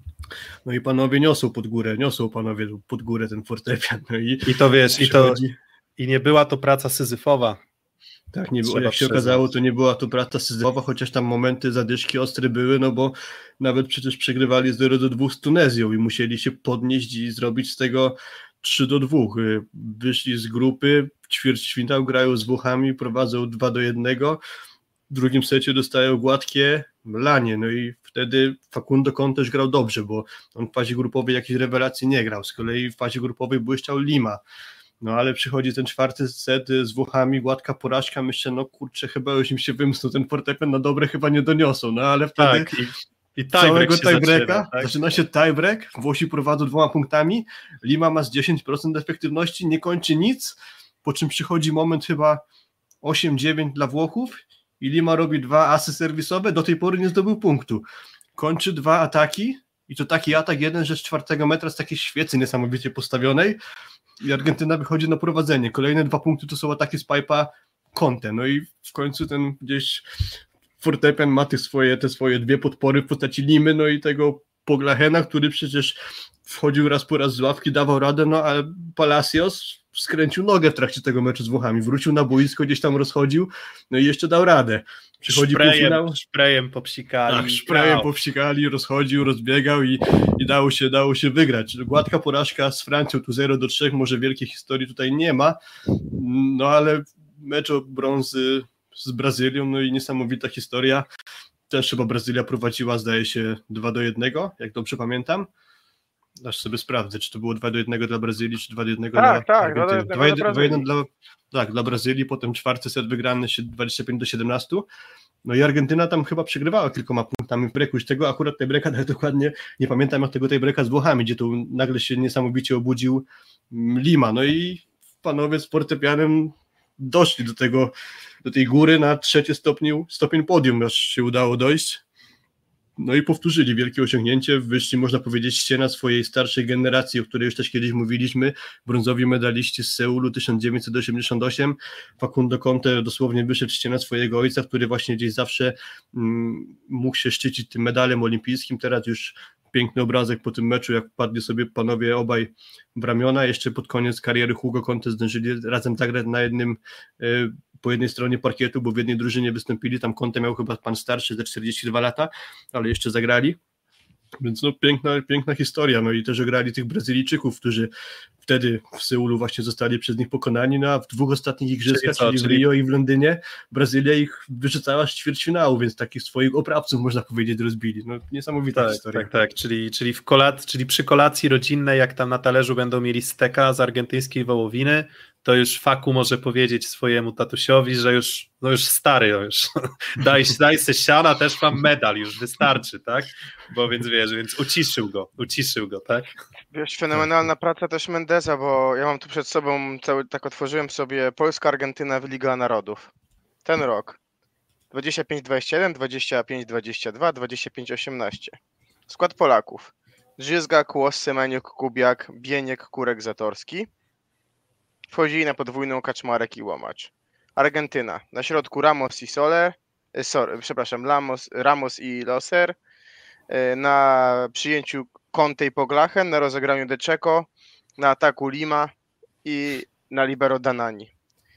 no i panowie niosą pod górę, niosą panowie pod górę ten fortepian, no i, I to wiesz, przychodzi... i to i nie była to praca syzyfowa. Tak, nie było, Trzeba jak się przyznać. okazało, to nie była to praca syzyfowa, chociaż tam momenty zadyszki ostre były, no bo nawet przecież przegrywali zero do dwóch z Tunezją i musieli się podnieść i zrobić z tego trzy do dwóch. Wyszli z grupy, ćwierćfinał, grają z Włochami, prowadzą dwa do jednego, w drugim secie dostają gładkie lanie, no i wtedy Facundo Conte też grał dobrze, bo on w fazie grupowej jakiejś rewelacji nie grał, z kolei w fazie grupowej błyszczał Lima. No ale przychodzi ten czwarty set z Włochami, gładka porażka, myślę, no kurczę, chyba już im się wymknął ten fortepian, na dobre chyba nie doniosą, no ale wtedy Tak, i, i całego tiebreaka tiebreaka, tak? zaczyna się tiebreak, Włosi prowadzą dwoma punktami, Lima ma z dziesięć procent efektywności, nie kończy nic, po czym przychodzi moment chyba osiem dziewięć dla Włochów i Lima robi dwa asy serwisowe, do tej pory nie zdobył punktu, kończy dwa ataki i to taki atak jeden, że z czwartego metra z takiej świecy niesamowicie postawionej i Argentyna wychodzi na prowadzenie. Kolejne dwa punkty to są ataki z pipe'a Conte. No i w końcu ten gdzieś fortepian ma te swoje, te swoje dwie podpory w postaci Limy, no i tego Poglachena, który przecież wchodził raz po raz z ławki, dawał radę, no ale Palacios skręcił nogę w trakcie tego meczu z Włochami. Wrócił na boisko, gdzieś tam rozchodził, no i jeszcze dał radę. Przychodzi szprejem, półfinał. szprejem popsikali. Tak, szprejem popsikali, rozchodził, rozbiegał i, i dało się, dało się wygrać. Gładka porażka z Francją, tu zero do trzech, może wielkiej historii tutaj nie ma, no ale mecz o brązy z Brazylią, no i niesamowita historia. Też chyba Brazylia prowadziła, zdaje się, dwa do jednego, jak dobrze pamiętam. aż sobie sprawdzę, czy to było dwa do jednego dla Brazylii, czy dwa do jednego Tak, dla tak, Argentyny. dwa do jednego dla dwa jeden dla, tak, dla Brazylii, potem czwarty set wygrany się dwadzieścia pięć do siedemnastu. No i Argentyna tam chyba przegrywała kilkoma punktami w breaku. Już tego akurat tej breaka tak dokładnie nie pamiętam, jak tego tej breaka z Włochami, gdzie tu nagle się niesamowicie obudził Lima. No i panowie z fortepianem doszli do tego, do tej góry na trzeci stopień, stopień podium, aż się udało dojść. No i powtórzyli wielkie osiągnięcie, wyszli, można powiedzieć, ściana swojej starszej generacji, o której już też kiedyś mówiliśmy, brązowi medaliści z Seulu tysiąc dziewięćset osiemdziesiąt osiem, Facundo Conte dosłownie wyszedł ściana swojego ojca, który właśnie gdzieś zawsze mm, mógł się szczycić tym medalem olimpijskim, teraz już piękny obrazek po tym meczu, jak padli sobie panowie obaj w ramiona, jeszcze pod koniec kariery Hugo Conte zdążyli razem zagrać na jednym y, po jednej stronie parkietu, bo w jednej drużynie wystąpili, tam Conte miał chyba pan starszy, ze czterdzieści dwa lata, ale jeszcze zagrali, więc no piękna, piękna historia, no i też grali tych Brazylijczyków, którzy wtedy w Seulu właśnie zostali przez nich pokonani, no a w dwóch ostatnich igrzyskach, czyli, czyli w Rio i w Londynie, Brazylia ich wyrzucała z ćwierćfinału, więc takich swoich oprawców, można powiedzieć, rozbili. No niesamowita tak, historia. Tak, tak, czyli, czyli, w kolac, czyli przy kolacji rodzinnej, jak tam na talerzu będą mieli steka z argentyńskiej wołowiny, to już Faku może powiedzieć swojemu tatusiowi, że już, no już stary, no już daj, daj se siana, też mam medal, już wystarczy, tak? Bo więc wiesz, więc uciszył go, uciszył go, tak? Wiesz, fenomenalna praca też Mendesa, bo ja mam tu przed sobą, cały, tak otworzyłem sobie Polska-Argentyna w Liga Narodów. Ten rok. dwadzieścia pięć dwadzieścia jeden, dwadzieścia pięć dwadzieścia dwa, dwadzieścia pięć osiemnaście. Skład Polaków. Drzyzga, Kłos, Semeniuk, Kubiak, Bieniek, Kurek, Zatorski. Wchodzili na podwójną Kaczmarek i Łomacz. Argentyna. Na środku Ramos i Soler, sorry, przepraszam, Ramos, Ramos i Loser. Na przyjęciu Conte i Poglachen, na rozegraniu De Checo, na ataku Lima i na libero Danani.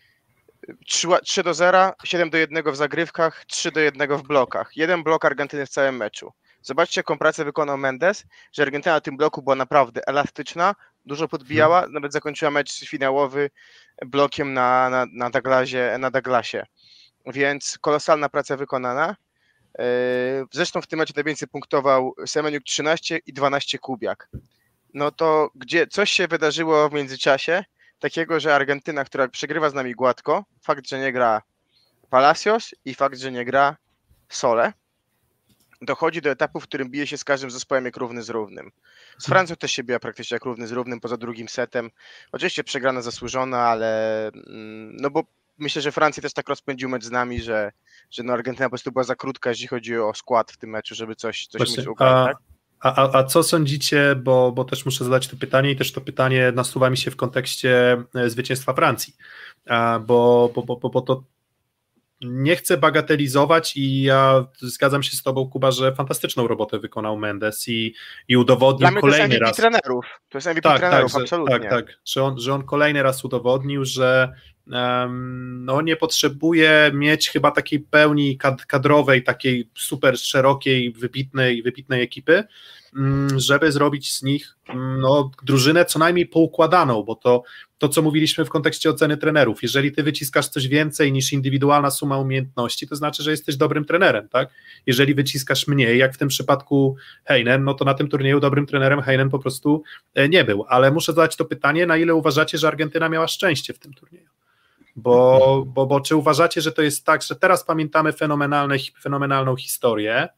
trzy do zera, siedem do jednego w zagrywkach, trzy do jednego w blokach. Jeden blok Argentyny w całym meczu. Zobaczcie, jaką pracę wykonał Mendes, że Argentyna na tym bloku była naprawdę elastyczna, dużo podbijała, hmm. nawet zakończyła mecz finałowy blokiem na, na, na, Douglasie, na Douglasie. Więc kolosalna praca wykonana. Zresztą w tym meczu najwięcej punktował Semeniuk trzynaście i dwanaście Kubiak. No to gdzie coś się wydarzyło w międzyczasie, takiego, że Argentyna, która przegrywa z nami gładko, fakt, że nie gra Palacios i fakt, że nie gra Sole, dochodzi do etapu, w którym bije się z każdym zespołem jak równy z równym. Z Francją też się biła praktycznie jak równy z równym, poza drugim setem. Oczywiście przegrana zasłużona, ale no bo myślę, że Francja też tak rozpędził mecz z nami, że, że no Argentyna po prostu była za krótka, jeśli chodzi o skład w tym meczu, żeby coś, coś Właśnie, mieć układ, a, tak? a, a, a co sądzicie, bo, bo też muszę zadać to pytanie i też to pytanie nasuwa mi się w kontekście zwycięstwa Francji, a, bo, bo, bo, bo to nie chcę bagatelizować i ja zgadzam się z tobą, Kuba, że fantastyczną robotę wykonał Mendes i, i udowodnił Dla kolejny mnie to raz. jest M V P trenerów. To jest M V P tak, trenerów, tak, absolutnie. Że, tak, tak, że on, że on kolejny raz udowodnił, że um, no, nie potrzebuje mieć chyba takiej pełni kad- kadrowej, takiej super szerokiej, wybitnej, wybitnej ekipy, um, żeby zrobić z nich um, no, drużynę co najmniej poukładaną, bo to, to, co mówiliśmy w kontekście oceny trenerów, jeżeli ty wyciskasz coś więcej niż indywidualna suma umiejętności, to znaczy, że jesteś dobrym trenerem, tak? Jeżeli wyciskasz mniej, jak w tym przypadku Heinen, no to na tym turnieju dobrym trenerem Heinen po prostu nie był, ale muszę zadać to pytanie, na ile uważacie, że Argentyna miała szczęście w tym turnieju? Bo, bo, bo czy uważacie, że to jest tak, że teraz pamiętamy fenomenalne, fenomenalną historię,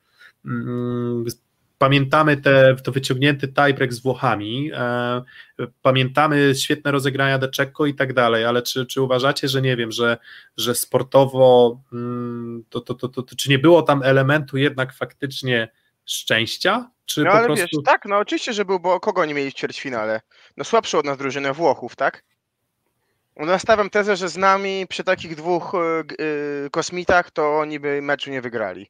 mm, pamiętamy te, to wyciągnięty tiebreak z Włochami, e, pamiętamy świetne rozegrania De Checo i tak dalej, ale czy, czy uważacie, że nie wiem, że, że sportowo mm, to, to, to, to, to czy nie było tam elementu jednak faktycznie szczęścia? Czy no po ale prostu... wiesz, tak, no oczywiście, że był, bo kogo nie mieli w ćwierćfinale? No słabszą od nas drużynę Włochów, tak? Nastawiam tezę, że z nami przy takich dwóch yy, kosmitach to oni by meczu nie wygrali.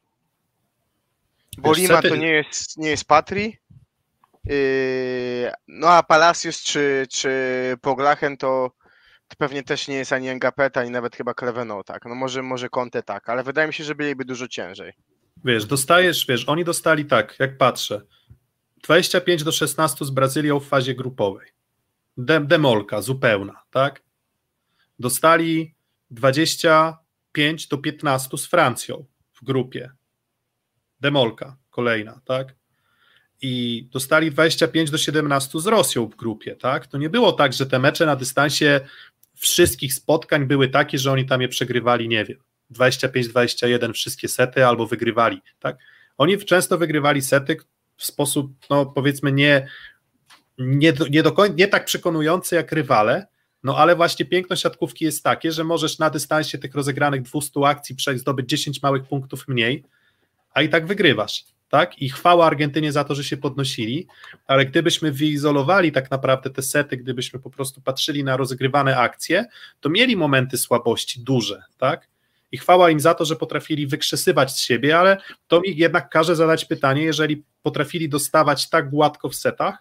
Bo Wiesz, Lima ty... to nie jest, nie jest Patri, yy, no a Palacios czy, czy Poglachen to, to pewnie też nie jest ani Engapeta, ani nawet chyba Cleveno, tak. No może, może Conte tak, ale wydaje mi się, że byliby dużo ciężej. Wiesz, dostajesz, wiesz, oni dostali tak, jak patrzę, dwadzieścia pięć do szesnastu z Brazylią w fazie grupowej. De- demolka zupełna, tak? Dostali dwadzieścia pięć do piętnastu z Francją w grupie. Demolka kolejna, tak? i dostali dwadzieścia pięć do siedemnastu z Rosją w grupie, tak? To nie było tak, że te mecze na dystansie wszystkich spotkań były takie, że oni tam je przegrywali, nie wiem, dwadzieścia pięć dwadzieścia jeden wszystkie sety albo wygrywali, tak? Oni często wygrywali sety w sposób, no powiedzmy nie, nie, do, nie, do koń, nie tak przekonujący jak rywale, no ale właśnie piękno siatkówki jest takie, że możesz na dystansie tych rozegranych dwieście akcji zdobyć dziesięć małych punktów mniej, a i tak wygrywasz, tak? I chwała Argentynie za to, że się podnosili, ale gdybyśmy wyizolowali tak naprawdę te sety, gdybyśmy po prostu patrzyli na rozgrywane akcje, to mieli momenty słabości duże, tak? I chwała im za to, że potrafili wykrzesywać z siebie, ale to mi jednak każe zadać pytanie, jeżeli potrafili dostawać tak gładko w setach,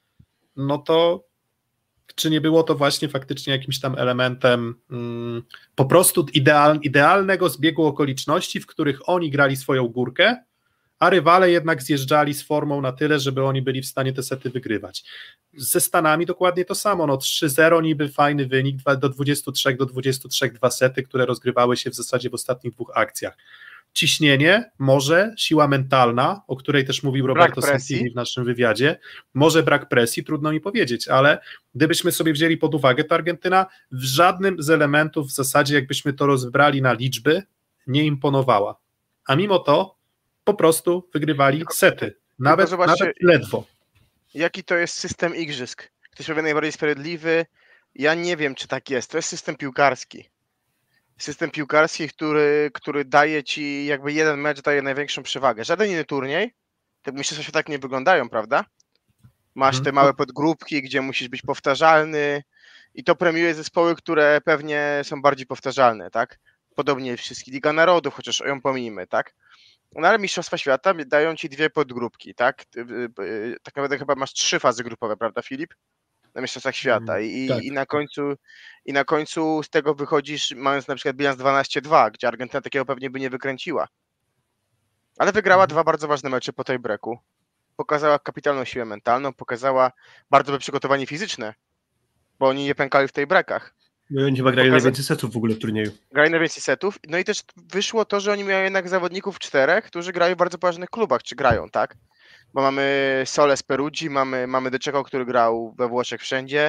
no to czy nie było to właśnie faktycznie jakimś tam elementem mm, po prostu ideal, idealnego zbiegu okoliczności, w których oni grali swoją górkę, a rywale jednak zjeżdżali z formą na tyle, żeby oni byli w stanie te sety wygrywać. Ze Stanami dokładnie to samo, no trzy zero niby fajny wynik, do dwudziestu trzech do dwudziestu trzech dwa sety, które rozgrywały się w zasadzie w ostatnich dwóch akcjach. Ciśnienie, może siła mentalna, o której też mówił Roberto Santini w naszym wywiadzie, może brak presji, trudno mi powiedzieć, ale gdybyśmy sobie wzięli pod uwagę, to Argentyna w żadnym z elementów w zasadzie, jakbyśmy to rozbrali na liczby, nie imponowała. A mimo to po prostu wygrywali tylko, sety, nawet, nawet ledwo. Jaki to jest system igrzysk? Ktoś powie najbardziej sprawiedliwy, ja nie wiem, czy tak jest, to jest system piłkarski. System piłkarski, który, który daje ci jakby jeden mecz, daje największą przewagę. Żaden inny turniej, te mistrzostwa świata tak nie wyglądają, prawda? Masz te małe podgrupki, gdzie musisz być powtarzalny i to premiuje zespoły, które pewnie są bardziej powtarzalne, tak? Podobnie wszystkie Liga Narodów, chociaż ją pomijmy, tak? No ale mistrzostwa świata dają ci dwie podgrupki, tak? Tak naprawdę chyba masz trzy fazy grupowe, prawda, Filip? Na mistrzostwach świata i, tak. i, na końcu, i na końcu z tego wychodzisz, mając na przykład bilans dwanaście dwa, gdzie Argentyna takiego pewnie by nie wykręciła. Ale wygrała mhm. dwa bardzo ważne mecze po tej breaku. Pokazała kapitalną siłę mentalną, pokazała bardzo dobre przygotowanie fizyczne, bo oni nie pękali w tej breakach. No oni chyba grali Pokaza... najwięcej setów w ogóle w turnieju. Grali najwięcej setów, no i też wyszło to, że oni mają jednak zawodników czterech, którzy grają w bardzo poważnych klubach, czy grają, tak? Bo mamy Sole z Peruggi, mamy, mamy Deczeko, który grał we Włoszech wszędzie.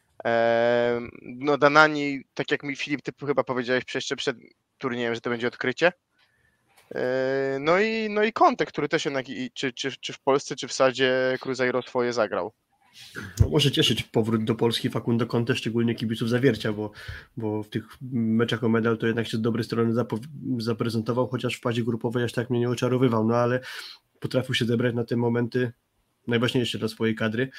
Eee, no Danani, tak jak mi Filip, ty chyba powiedziałeś jeszcze przed turniejem, że to będzie odkrycie. Eee, no i no i Conte, który też jednak i, czy, czy, czy w Polsce, czy w Sadzie Cruzeiro swoje zagrał. No, może cieszyć powrót do Polski Facundo Conte, szczególnie kibiców Zawiercia, bo, bo w tych meczach o medal to jednak się z dobrej strony zapo- zaprezentował, chociaż w fazie grupowej aż tak mnie nie oczarowywał, no ale potrafił się zebrać na te momenty najważniejsze dla swojej kadry.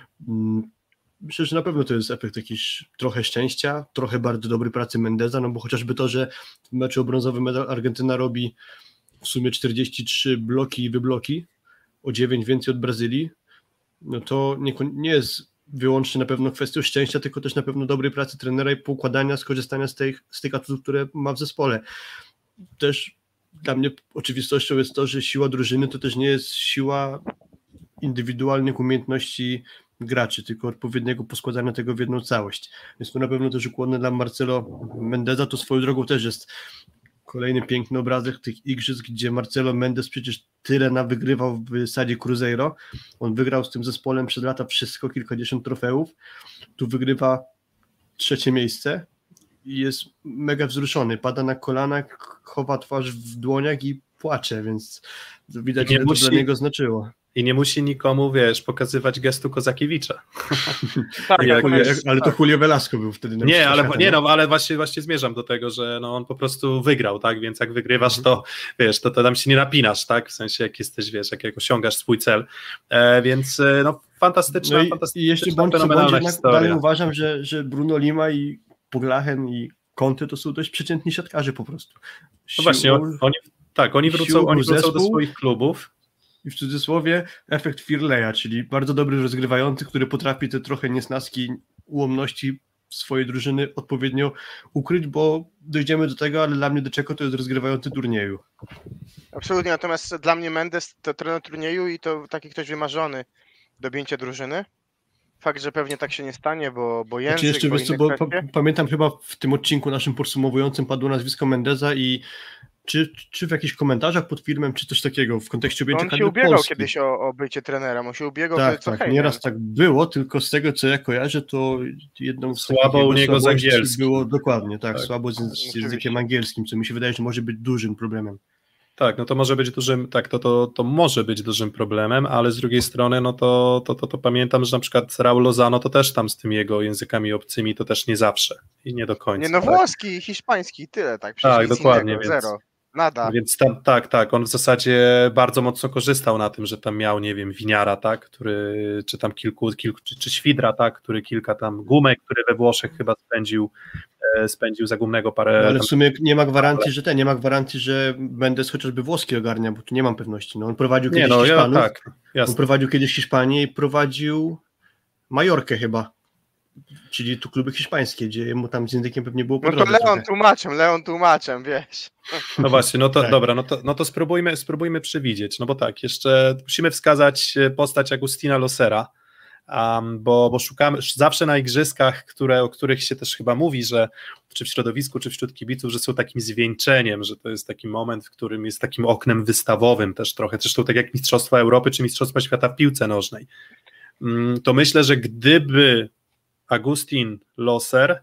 Myślę, że na pewno to jest efekt jakiś trochę szczęścia, trochę bardzo dobrej pracy Mendeza, no bo chociażby to, że w meczu o brązowy medal Argentyna robi w sumie czterdzieści trzy bloki i wybloki, o dziewięć więcej od Brazylii, no to nie, nie jest wyłącznie na pewno kwestią szczęścia, tylko też na pewno dobrej pracy trenera i poukładania, skorzystania z tych, z tych atutów, które ma w zespole. Też dla mnie oczywistością jest to, że siła drużyny to też nie jest siła indywidualnych umiejętności graczy, tylko odpowiedniego poskładania tego w jedną całość. Więc to na pewno też ukłonne dla Marcelo Mendeza, to swoją drogą też jest kolejny piękny obrazek tych igrzysk, gdzie Marcelo Mendez przecież tyle nawygrywał w Sadzie Cruzeiro. On wygrał z tym zespołem przed lata wszystko, kilkadziesiąt trofeów. Tu wygrywa trzecie miejsce i jest mega wzruszony. Pada na kolanach, chowa twarz w dłoniach i płacze, więc widać, ile musi... to dla niego znaczyło. I nie musi nikomu, wiesz, pokazywać gestu Kozakiewicza. Tak, ale, Julio, ale to Julio Velasco był wtedy. Na nie, ale, nie no, ale właśnie, właśnie zmierzam do tego, że no, on po prostu wygrał, tak, więc jak wygrywasz, to wiesz, to, to tam się nie napinasz, tak, w sensie jak jesteś, wiesz, jak, jak osiągasz swój cel, e, więc no fantastyczna, no i, fantastyczna, i jeszcze bądź fenomenalna bądź, historia. Dalej uważam, że, że Bruno Lima i Poglachen i Conte to są dość przeciętni siatkarze po prostu. Sił, no właśnie, oni, tak, oni wrócą, oni wrócą zespół, do swoich klubów. I w cudzysłowie efekt Firleja, czyli bardzo dobry rozgrywający, który potrafi te trochę niesnaski, ułomności swojej drużyny odpowiednio ukryć, bo dojdziemy do tego, ale dla mnie Deczeko to jest rozgrywający turnieju. Absolutnie, natomiast dla mnie Mendes to trener turnieju i to taki ktoś wymarzony do objęcia drużyny. Fakt, że pewnie tak się nie stanie, bo, bo język... Znaczy jeszcze, bo wiesz co, bo pa- pamiętam chyba w tym odcinku naszym podsumowującym padło nazwisko Mendeza i czy, czy w jakichś komentarzach pod filmem, czy coś takiego w kontekście objęcia On się kadry ubiegał Polski. kiedyś o, o bycie trenerem, on się ubiegał Tak, co tak, Hejnen. nieraz tak było, tylko z tego, co ja kojarzę, to jedną z Słabo takich u niego z słabości angielskim. było dokładnie, tak, Tak. słabo z, z językiem angielskim, co mi się wydaje, że może być dużym problemem. Tak, no to może być dużym, tak, to, to, to może być dużym problemem, ale z drugiej strony, no to, to, to, to pamiętam, że na przykład Raul Lozano to też tam z tymi jego językami obcymi to też nie zawsze i nie do końca. Nie no, tak? włoski, hiszpański, tyle, tak. Przecież Tak, nic dokładnie, innego, więc- zero. Nada. Więc tam, tak, tak, on w zasadzie bardzo mocno korzystał na tym, że tam miał, nie wiem, winiara, tak, który, czy tam kilku, kilku czy, czy świdra, tak, który kilka tam gumek, który we Włoszech chyba spędził, e, spędził za gumnego parę... No, ale tam, w sumie nie ma gwarancji, że ten, nie ma gwarancji, że Mendes chociażby włoski ogarnia, bo tu nie mam pewności. No, on prowadził nie, kiedyś no, ja, Hiszpanów, tak, on jasne. prowadził kiedyś Hiszpanię i prowadził Majorkę chyba, czyli tu kluby hiszpańskie, gdzie mu tam z językiem pewnie było po No to drodze Leon trochę. tłumaczem, Leon tłumaczem, wiesz. No właśnie, no to Tak. dobra, no to, no to spróbujmy, spróbujmy przewidzieć, no bo tak, jeszcze musimy wskazać postać Agustina Losera, um, bo, bo szukamy zawsze na igrzyskach, które, o których się też chyba mówi, że czy w środowisku, czy wśród kibiców, że są takim zwieńczeniem, że to jest taki moment, w którym jest takim oknem wystawowym też trochę, zresztą tak jak Mistrzostwa Europy, czy Mistrzostwa Świata w piłce nożnej. Um, to myślę, że gdyby Agustin Loser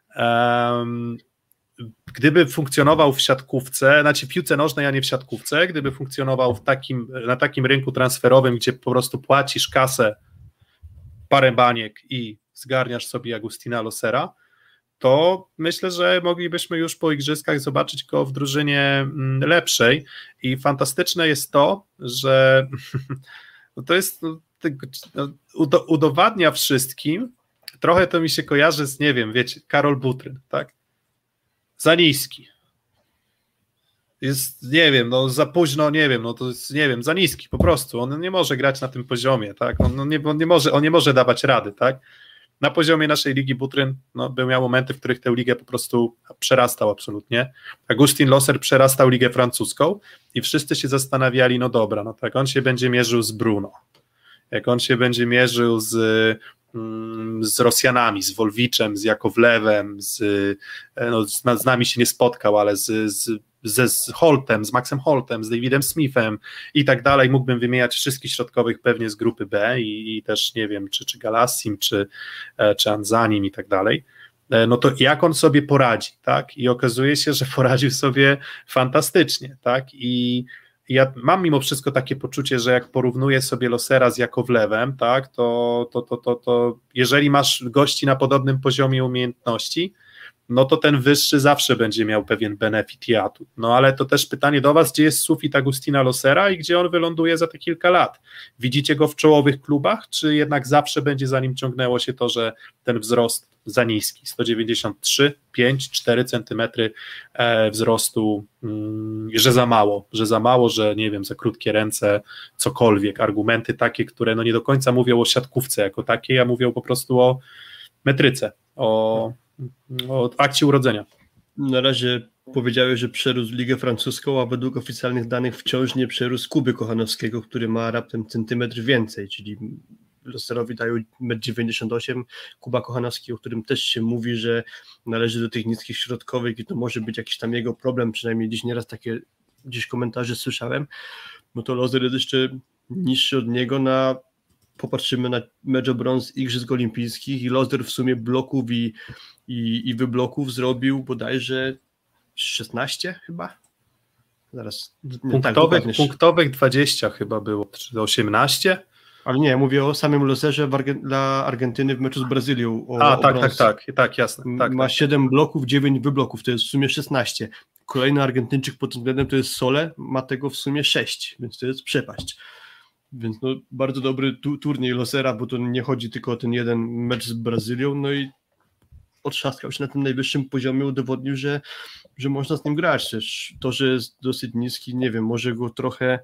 um, gdyby funkcjonował w siatkówce, znaczy w piłce nożnej, a nie w siatkówce, gdyby funkcjonował w takim, na takim rynku transferowym, gdzie po prostu płacisz kasę, parę baniek i zgarniasz sobie Agustina Losera, to myślę, że moglibyśmy już po igrzyskach zobaczyć go w drużynie lepszej i fantastyczne jest to, że no to jest no, udo, udowadnia wszystkim, trochę to mi się kojarzy z, nie wiem, wiecie, Karol Butryn, tak? Za niski. Jest, nie wiem, no za późno, nie wiem, no to jest, nie wiem, za niski po prostu. On nie może grać na tym poziomie, tak? On, on, nie, on, nie, może, on nie może dawać rady, tak? Na poziomie naszej ligi Butryn, no, był miał momenty, w których tę ligę po prostu przerastał absolutnie. Agustin Loser przerastał ligę francuską i wszyscy się zastanawiali, no dobra, no tak, on się będzie mierzył z Bruno. Jak on się będzie mierzył z, z Rosjanami, z Wolwiczem, z Jakowlewem, z, no, z, z nami się nie spotkał, ale z, z, ze, z Holtem, z Maxem Holtem, z Davidem Smithem i tak dalej, mógłbym wymieniać wszystkich środkowych pewnie z grupy B i, i też nie wiem, czy, czy Galassim, czy, czy Anzanim i tak dalej. No to jak on sobie poradzi, tak? I okazuje się, że poradził sobie fantastycznie, tak? I ja mam mimo wszystko takie poczucie, że jak porównuję sobie Losera z Jakowlewem, tak, to, to, to, to, to jeżeli masz gości na podobnym poziomie umiejętności, no to ten wyższy zawsze będzie miał pewien benefit i atut. No ale to też pytanie do was, gdzie jest sufit Agustina Losera i gdzie on wyląduje za te kilka lat? Widzicie go w czołowych klubach, czy jednak zawsze będzie za nim ciągnęło się to, że ten wzrost za niski, sto dziewięćdziesiąt trzy, pięć, cztery centymetry e, wzrostu, mm, że za mało, że za mało, że nie wiem, za krótkie ręce, cokolwiek, argumenty takie, które no nie do końca mówią o siatkówce jako takiej, a mówią po prostu o metryce, o, o akcie urodzenia. Na razie powiedziałeś, że przerósł ligę francuską, a według oficjalnych danych wciąż nie przerósł Kuby Kochanowskiego, który ma raptem centymetr więcej, czyli Loserowi dają metr dziewięćdziesiąt osiem, Kuba Kochanowski, o którym też się mówi, że należy do tych niskich środkowych i to może być jakiś tam jego problem, przynajmniej dziś nieraz takie gdzieś komentarze słyszałem, no to Loser jest jeszcze niższy od niego na, popatrzymy na mecz o brąz Igrzysk Olimpijskich i Loser w sumie bloków i, i, i wybloków zrobił bodajże szesnaście chyba? Zaraz. Punktowych, tak, punktowych dwadzieścia chyba było, czy osiemnaście? Ale nie, mówię o samym Loserze w Argen- dla Argentyny w meczu z Brazylią. O, A, o tak, brąz. tak, tak, tak, jasne. Tak, Ma tak. siedem bloków, dziewięć wybloków, to jest w sumie szesnaście. Kolejny Argentyńczyk pod tym względem to jest Sole, ma tego w sumie sześć, więc to jest przepaść. Więc no, bardzo dobry tu- turniej Losera, bo to nie chodzi tylko o ten jeden mecz z Brazylią, no i otrzaskał się na tym najwyższym poziomie, udowodnił, że, że można z nim grać. Też to, że jest dosyć niski, nie wiem, może go trochę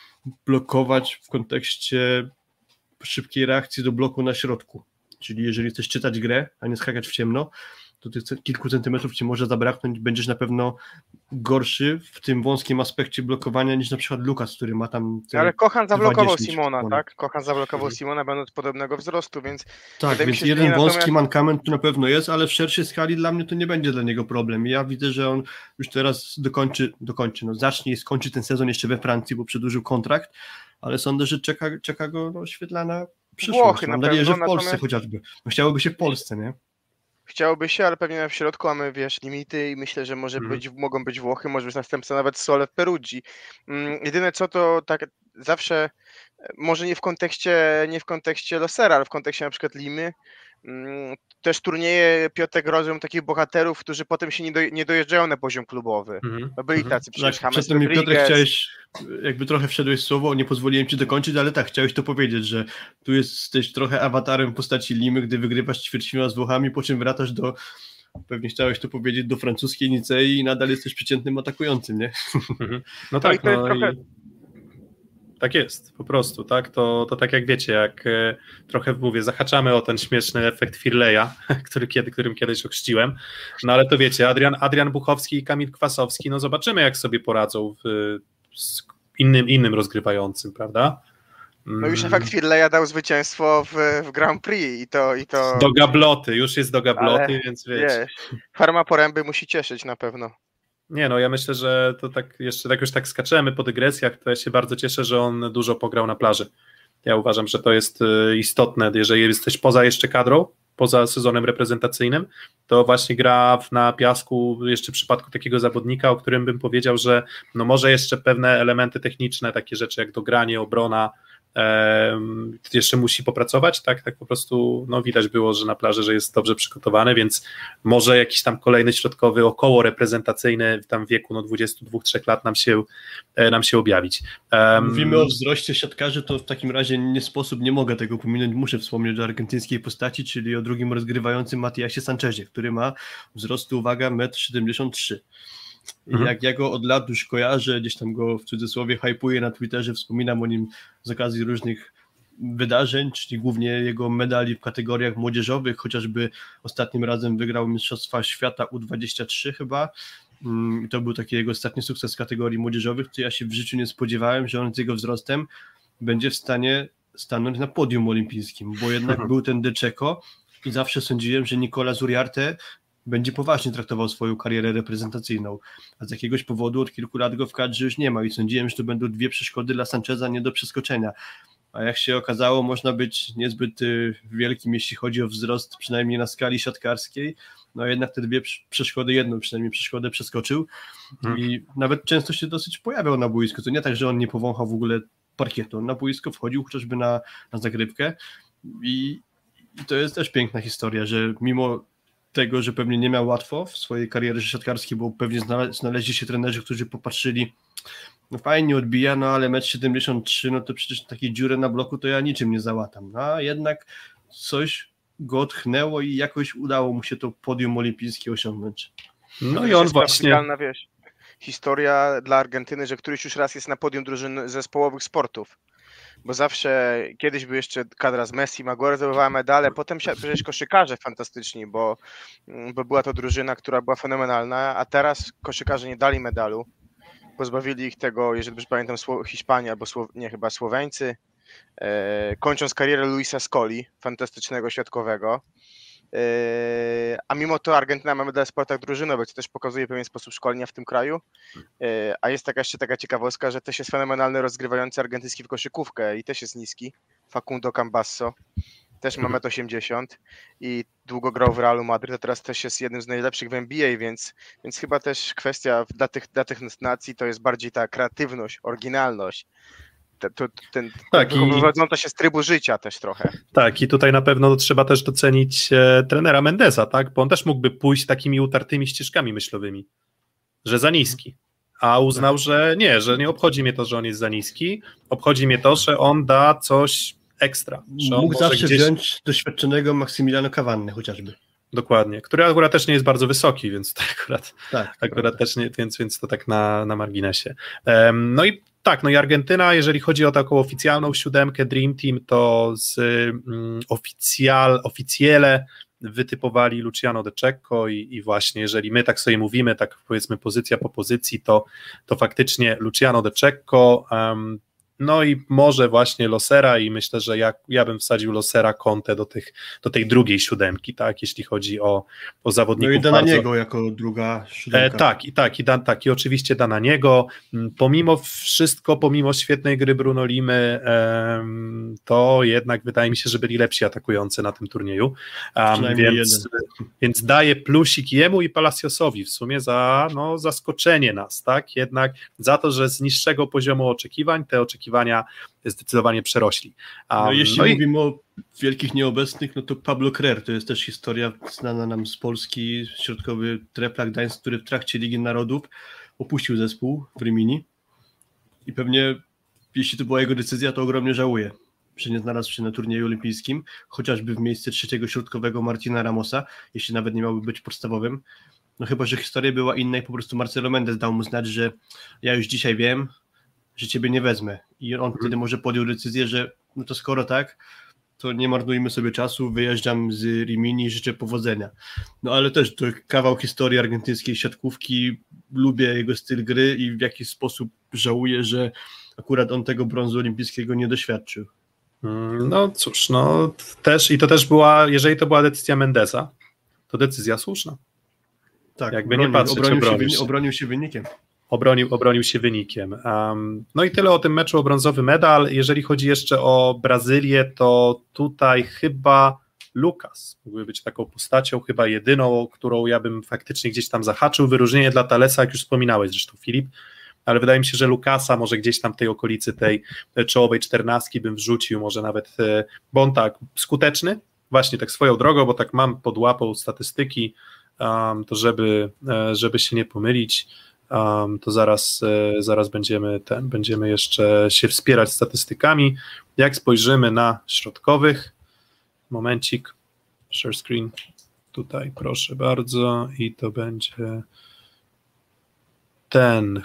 blokować w kontekście szybkiej reakcji do bloku na środku. Czyli jeżeli chcesz czytać grę, a nie skakać w ciemno, to tych kilku centymetrów ci może zabraknąć, będziesz na pewno gorszy w tym wąskim aspekcie blokowania niż na przykład Lukas, który ma tam... Ale Kochan zablokował Simona, Simona, tak? Kochan zablokował hmm. Simona, będąc podobnego wzrostu, więc... Tak, więc się, jeden wąski natomiast... mankament tu na pewno jest, ale w szerszej skali dla mnie to nie będzie dla niego problem. Ja widzę, że on już teraz dokończy, dokończy, no zacznie i skończy ten sezon jeszcze we Francji, bo przedłużył kontrakt, ale sądzę, że czeka, czeka go no, świetlana przyszłość. Włochy, Mam na nadzieję, pewno, że w Polsce natomiast... chociażby. No, chciałoby się w Polsce, nie? Chciałoby się, ale pewnie w środku mamy, wiesz, limity i myślę, że może hmm. być, mogą być Włochy, może być następca nawet Sole w Perugii. Mm, jedyne co to tak zawsze, może nie w kontekście, nie w kontekście Losera, ale w kontekście na przykład Limy, mm, też turnieje Piotrek rodzą takich bohaterów, którzy potem się nie, do, nie dojeżdżają na poziom klubowy. Mm-hmm. No byli tacy, przecież tak, James Rodriguez. Piotrek chciałeś, jakby trochę wszedłeś w słowo, nie pozwoliłem ci dokończyć, ale tak, chciałeś to powiedzieć, że tu jesteś trochę awatarem w postaci Limy, gdy wygrywasz ćwierćfinał z Włochami, po czym wracasz do, pewnie chciałeś to powiedzieć, do francuskiej Nicei i nadal jesteś przeciętnym atakującym, nie? Mm-hmm. No tak, no, no trochę... i... Tak jest, po prostu, tak, to, to tak jak wiecie, jak e, trochę mówię, zahaczamy o ten śmieszny efekt Firleya, który kiedy, którym kiedyś ochrzciłem, no ale to wiecie, Adrian, Adrian Buchowski i Kamil Kwasowski, no zobaczymy jak sobie poradzą w, z innym, innym rozgrywającym, prawda? No już efekt Firleya dał zwycięstwo w, w Grand Prix i to, i to... Do gabloty, już jest do gabloty, ale, więc wiecie. Wiesz, Farma Poręby musi cieszyć na pewno. Nie, no ja myślę, że to tak jeszcze tak już tak skaczemy po dygresjach, to ja się bardzo cieszę, że on dużo pograł na plaży. Ja uważam, że to jest istotne, jeżeli jesteś poza jeszcze kadrą, poza sezonem reprezentacyjnym, to właśnie gra na piasku jeszcze w przypadku takiego zawodnika, o którym bym powiedział, że no może jeszcze pewne elementy techniczne, takie rzeczy jak dogranie, obrona, Um, jeszcze musi popracować, tak, tak po prostu no, widać było, że na plaży, że jest dobrze przygotowany, więc może jakiś tam kolejny środkowy, około reprezentacyjny w tam wieku no, dwudziestu dwóch do trzech lat nam się, nam się objawić. Um, Mówimy o wzroście siatkarzy, to w takim razie nie sposób nie mogę tego pominąć, muszę wspomnieć o argentyńskiej postaci, czyli o drugim rozgrywającym Matiasie Sanchezie, który ma wzrostu, uwaga, metr siedemdziesiąt trzy. I mhm. jak ja go od lat już kojarzę, gdzieś tam go w cudzysłowie hypuję na Twitterze, wspominam o nim z okazji różnych wydarzeń, czyli głównie jego medali w kategoriach młodzieżowych, chociażby ostatnim razem wygrał Mistrzostwa Świata U dwadzieścia trzy chyba. I to był taki jego ostatni sukces w kategorii młodzieżowych, to ja się w życiu nie spodziewałem, że on z jego wzrostem będzie w stanie stanąć na podium olimpijskim, bo jednak mhm. był ten De Cecco i zawsze sądziłem, że Nicolas Uriarte będzie poważnie traktował swoją karierę reprezentacyjną, a z jakiegoś powodu od kilku lat go w kadrze już nie ma i sądziłem, że to będą dwie przeszkody dla Sancheza nie do przeskoczenia, a jak się okazało, można być niezbyt y, wielkim, jeśli chodzi o wzrost, przynajmniej na skali siatkarskiej, no jednak te dwie przeszkody, jedną przynajmniej przeszkodę przeskoczył hmm. i nawet często się dosyć pojawiał na boisku, to nie tak, że on nie powąchał w ogóle parkietu, on na boisko wchodził chociażby na, na zagrywkę i, i to jest też piękna historia, że mimo tego, że pewnie nie miał łatwo w swojej karierze siatkarskiej, bo pewnie znaleźli się trenerzy, którzy popatrzyli, no fajnie odbija, no ale metr siedemdziesiąt trzy, no to przecież takiej dziurę na bloku to ja niczym nie załatam, no a jednak coś go odchnęło i jakoś udało mu się to podium olimpijskie osiągnąć. No i on właśnie... Wiesz, historia dla Argentyny, że któryś już raz jest na podium drużyn zespołowych sportów. Bo zawsze, kiedyś był jeszcze kadra z Messi, Maguire zdobywała medale, potem przecież koszykarze fantastyczni, bo, bo była to drużyna, która była fenomenalna, a teraz koszykarze nie dali medalu, pozbawili ich tego, jeżeli dobrze pamiętam, Hiszpanii albo Słow- nie, chyba Słoweńcy, e, kończąc karierę Luisa Scoli, fantastycznego środkowego. A mimo to Argentyna ma medal w sportach drużynowych, co też pokazuje pewien sposób szkolenia w tym kraju. A jest taka jeszcze taka ciekawostka, że też jest fenomenalny rozgrywający argentyński w koszykówkę i też jest niski, Facundo Cambasso, też ma metr osiemdziesiąt i długo grał w Realu Madryt, a teraz też jest jednym z najlepszych w N B A, więc, więc chyba też kwestia dla tych, dla tych nacji to jest bardziej ta kreatywność, oryginalność. To, to, ten, tak, ten wywodząca się z trybu życia też trochę. Tak, i tutaj na pewno trzeba też docenić e, trenera Mendesa, tak? Bo on też mógłby pójść takimi utartymi ścieżkami myślowymi, że za niski, a uznał, że nie, że nie obchodzi mnie to, że on jest za niski, obchodzi mnie to, że on da coś ekstra. Że Mógł zawsze gdzieś... wziąć doświadczonego Maximiliano Cavannę chociażby. Dokładnie, który akurat też nie jest bardzo wysoki, więc to akurat, tak, akurat też nie, więc, więc to tak na, na marginesie. Um, no i tak, no i Argentyna, jeżeli chodzi o taką oficjalną siódemkę Dream Team, to z um, oficjal, oficjele wytypowali Luciano De Cecco i, i właśnie jeżeli my tak sobie mówimy, tak powiedzmy pozycja po pozycji, to, to faktycznie Luciano De Cecco, um, no i może właśnie Losera i myślę, że ja, ja bym wsadził Losera, Conte do, tych, do tej drugiej siódemki, tak, jeśli chodzi o, o zawodników. No i Dananiego bardzo... jako druga siódemka. E, tak, i tak, i, da, tak, i oczywiście Dananiego. Pomimo wszystko, pomimo świetnej gry Bruno Limy, e, to jednak wydaje mi się, że byli lepsi atakujący na tym turnieju, um, więc, więc daję plusik jemu i Palaciosowi w sumie za no, zaskoczenie nas, tak, jednak za to, że z niższego poziomu oczekiwań, te oczekiwania zdecydowanie przerośli. Um, no jeśli no mówimy i... o wielkich nieobecnych, no to Pablo Krer, to jest też historia znana nam z Polski, środkowy Trefla Gdańsk, który w trakcie Ligi Narodów opuścił zespół w Rimini i pewnie jeśli to była jego decyzja, to ogromnie żałuje, że nie znalazł się na turnieju olimpijskim, chociażby w miejsce trzeciego środkowego Martina Ramosa, jeśli nawet nie miałby być podstawowym. No chyba, że historia była inna i po prostu Marcelo Mendes dał mu znać, że ja już dzisiaj wiem, że ciebie nie wezmę. I on hmm. wtedy może podjął decyzję, że no to skoro tak, to nie marnujmy sobie czasu, wyjeżdżam z Rimini, życzę powodzenia. No ale też to kawał historii argentyńskiej siatkówki, lubię jego styl gry i w jakiś sposób żałuję, że akurat on tego brązu olimpijskiego nie doświadczył. No cóż, no też i to też była, jeżeli to była decyzja Mendesa, to decyzja słuszna. Tak, jakby obronił, nie patrzeć, obronił, obronił, się, się. obronił się wynikiem. Obronił, obronił się wynikiem. Um, no i tyle o tym meczu o brązowy medal. Jeżeli chodzi jeszcze o Brazylię, to tutaj chyba Lucas mógłby być taką postacią, chyba jedyną, którą ja bym faktycznie gdzieś tam zahaczył. Wyróżnienie dla Thalesa, jak już wspominałeś zresztą, Filip, ale wydaje mi się, że Lucasa może gdzieś tam w tej okolicy tej czołowej czternastki bym wrzucił, może nawet, bo on tak skuteczny, właśnie tak swoją drogą, bo tak mam pod łapą statystyki, um, to żeby, żeby się nie pomylić, Um, to zaraz, e, zaraz będziemy, ten, będziemy jeszcze się wspierać statystykami. Jak spojrzymy na środkowych, momencik, share screen, tutaj proszę bardzo i to będzie ten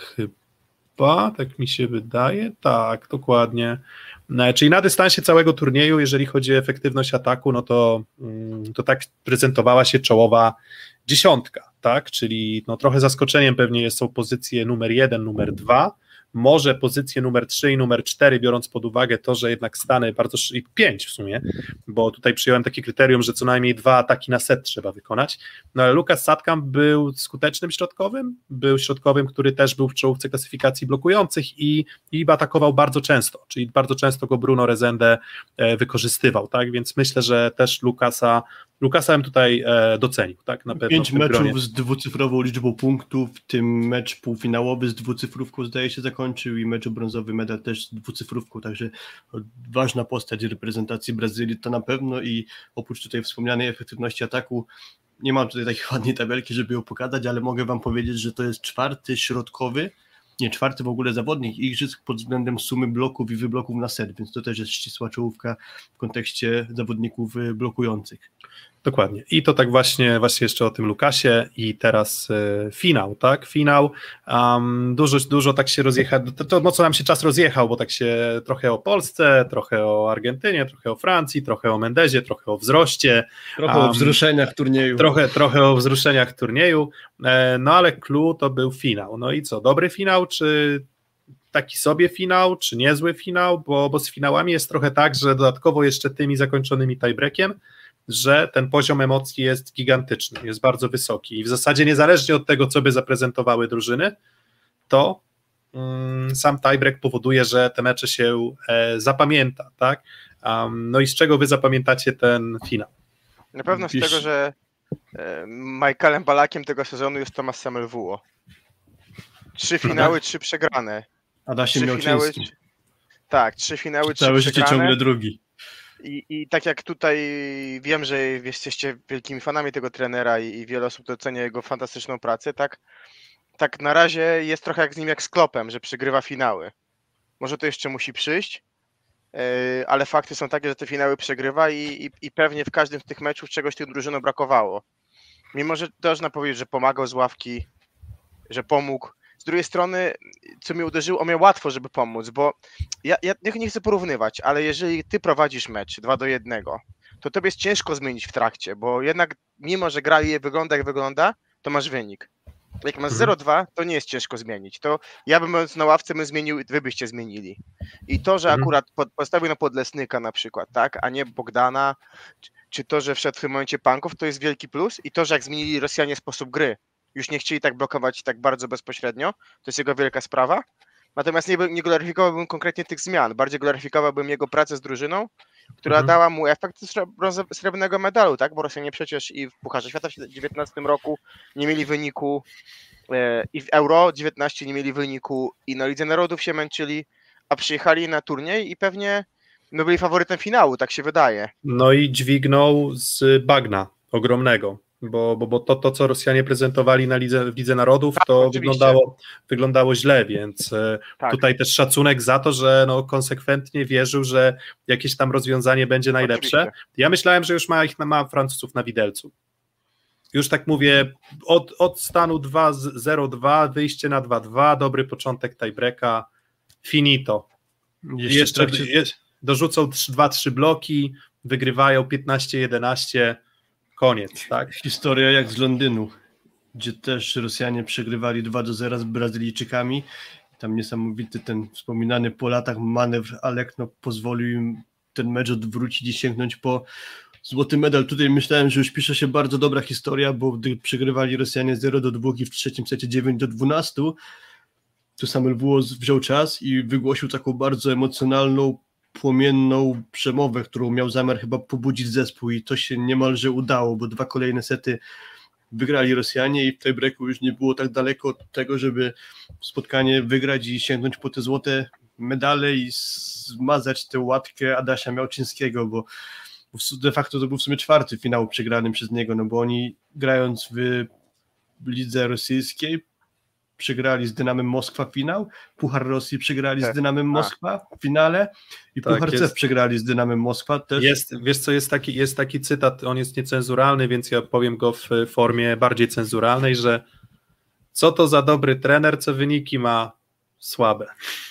chyba, tak mi się wydaje, tak, dokładnie. No, czyli na dystansie całego turnieju, jeżeli chodzi o efektywność ataku, no to, to tak prezentowała się czołowa dziesiątka, tak, czyli no trochę zaskoczeniem pewnie są pozycje numer jeden, numer dwa, może pozycje numer trzy i numer cztery, biorąc pod uwagę to, że jednak Stany bardzo i pięć w sumie, bo tutaj przyjąłem takie kryterium, że co najmniej dwa ataki na set trzeba wykonać, no ale Lucas Sadkamp był skutecznym środkowym, był środkowym, który też był w czołówce klasyfikacji blokujących i, i atakował bardzo często, czyli bardzo często go Bruno Rezende e, wykorzystywał, tak, więc myślę, że też Lucasa Lucasa bym tutaj e, docenił, tak, na pewno. Pięć meczów gronie. Z dwucyfrową liczbą punktów, w tym mecz półfinałowy z dwucyfrówką zdaje się zakończył i mecz o brązowy medal też z dwucyfrówką, także ważna postać reprezentacji Brazylii to na pewno i oprócz tutaj wspomnianej efektywności ataku, nie mam tutaj takiej ładnej tabelki, żeby ją pokazać, ale mogę wam powiedzieć, że to jest czwarty środkowy, nie czwarty w ogóle zawodnik igrzysk pod względem sumy bloków i wybloków na set, więc to też jest ścisła czołówka w kontekście zawodników blokujących. Dokładnie. I to tak właśnie, właśnie jeszcze o tym Lukasie i teraz e, finał, tak? Finał. Um, dużo, dużo tak się rozjecha, to, to mocno nam się czas rozjechał, bo tak się trochę o Polsce, trochę o Argentynie, trochę o Francji, trochę o Mendezie, trochę o wzroście. Trochę um, o wzruszeniach turnieju. Trochę, trochę o wzruszeniach turnieju, e, no ale clue to był finał. No i co, dobry finał, czy taki sobie finał, czy niezły finał, bo, bo z finałami jest trochę tak, że dodatkowo jeszcze tymi zakończonymi tiebreakiem, że ten poziom emocji jest gigantyczny, jest bardzo wysoki i w zasadzie niezależnie od tego, co by zaprezentowały drużyny, to mm, sam tiebreak powoduje, że te mecze się e, zapamięta, tak? Um, no i z czego wy zapamiętacie ten finał? Na pewno z Pisz... tego, że e, Michaelem Ballakiem tego sezonu jest Tomasz Samulvuo. Trzy finały, trzy przegrane. Adasie Miałczyński. Tak, trzy finały, trzy Całe przegrane. życie ciągle drugi. I, I tak jak tutaj wiem, że jesteście wielkimi fanami tego trenera i, i wiele osób docenia jego fantastyczną pracę, tak, tak na razie jest trochę jak z nim jak z Kloppem, że przegrywa finały. Może to jeszcze musi przyjść, yy, ale fakty są takie, że te finały przegrywa i, i, i pewnie w każdym z tych meczów czegoś tym drużynom brakowało. Mimo, że można powiedzieć, że pomagał z ławki, że pomógł. Z drugiej strony, co mnie uderzyło, on miał łatwo, żeby pomóc, bo ja, ja nie chcę porównywać, ale jeżeli ty prowadzisz mecz dwa do jednego, to tobie jest ciężko zmienić w trakcie, bo jednak mimo, że gra je wygląda jak wygląda, to masz wynik. Jak masz zero dwa, to nie jest ciężko zmienić. To ja bym będąc na ławce bym zmienił, wy byście zmienili. I to, że akurat pod, postawił na Podlesnyka na przykład, tak, a nie Bogdana, czy, czy to, że wszedł w tym momencie Pankow, to jest wielki plus. I to, że jak zmienili Rosjanie sposób gry, już nie chcieli tak blokować tak bardzo bezpośrednio, to jest jego wielka sprawa. Natomiast nie, nie gloryfikowałbym konkretnie tych zmian, bardziej gloryfikowałbym jego pracę z drużyną, która mhm. dała mu efekt srebrnego medalu, tak? Bo Rosjanie przecież i w Pucharze Świata w dwa tysiące dziewiętnastym roku nie mieli wyniku, e, i w Euro dziewiętnaście nie mieli wyniku, i na Lidze Narodów się męczyli, a przyjechali na turniej i pewnie no, byli faworytem finału, tak się wydaje. No i dźwignął z bagna ogromnego. Bo, bo, bo to, to, co Rosjanie prezentowali na Lidze, w Lidze Narodów, tak, to oczywiście. wyglądało, wyglądało źle, więc tak. Tutaj też szacunek za to, że no, konsekwentnie wierzył, że jakieś tam rozwiązanie będzie najlepsze. Oczywiście. Ja myślałem, że już ma ich ma Francuzów na widelcu. Już tak mówię, od, od stanu zero dwa, wyjście na dwa dwa, dobry początek tiebreaka, finito. Jeszcze, Jeszcze trakcie... dorzucą dwa trzy bloki, wygrywają piętnaście jedenaście, koniec, tak? Historia jak z Londynu, gdzie też Rosjanie przegrywali dwa do zera z Brazylijczykami. Tam niesamowity ten wspominany po latach manewr Alekno pozwolił im ten mecz odwrócić i sięgnąć po złoty medal. Tutaj myślałem, że już pisze się bardzo dobra historia, bo gdy przegrywali Rosjanie zero do dwóch i w trzecim secie dziewięć do dwunastu, to Samuel Włos wziął czas i wygłosił taką bardzo emocjonalną, płomienną przemowę, którą miał zamiar chyba pobudzić zespół, i to się niemalże udało, bo dwa kolejne sety wygrali Rosjanie i w tej breaku już nie było tak daleko od tego, żeby spotkanie wygrać i sięgnąć po te złote medale i zmazać tę łatkę Adasia Miałczyńskiego, bo de facto to był w sumie czwarty finał przegrany przez niego, no bo oni grając w lidze rosyjskiej przegrali z Dynamem Moskwa finał, Puchar Rosji przegrali z Dynamem Moskwa w finale i tak, Puchar C E F przegrali z Dynamem Moskwa też. Jest, wiesz co, jest taki, jest taki cytat, on jest niecenzuralny, więc ja powiem go w formie bardziej cenzuralnej, że co to za dobry trener, co wyniki ma słabe.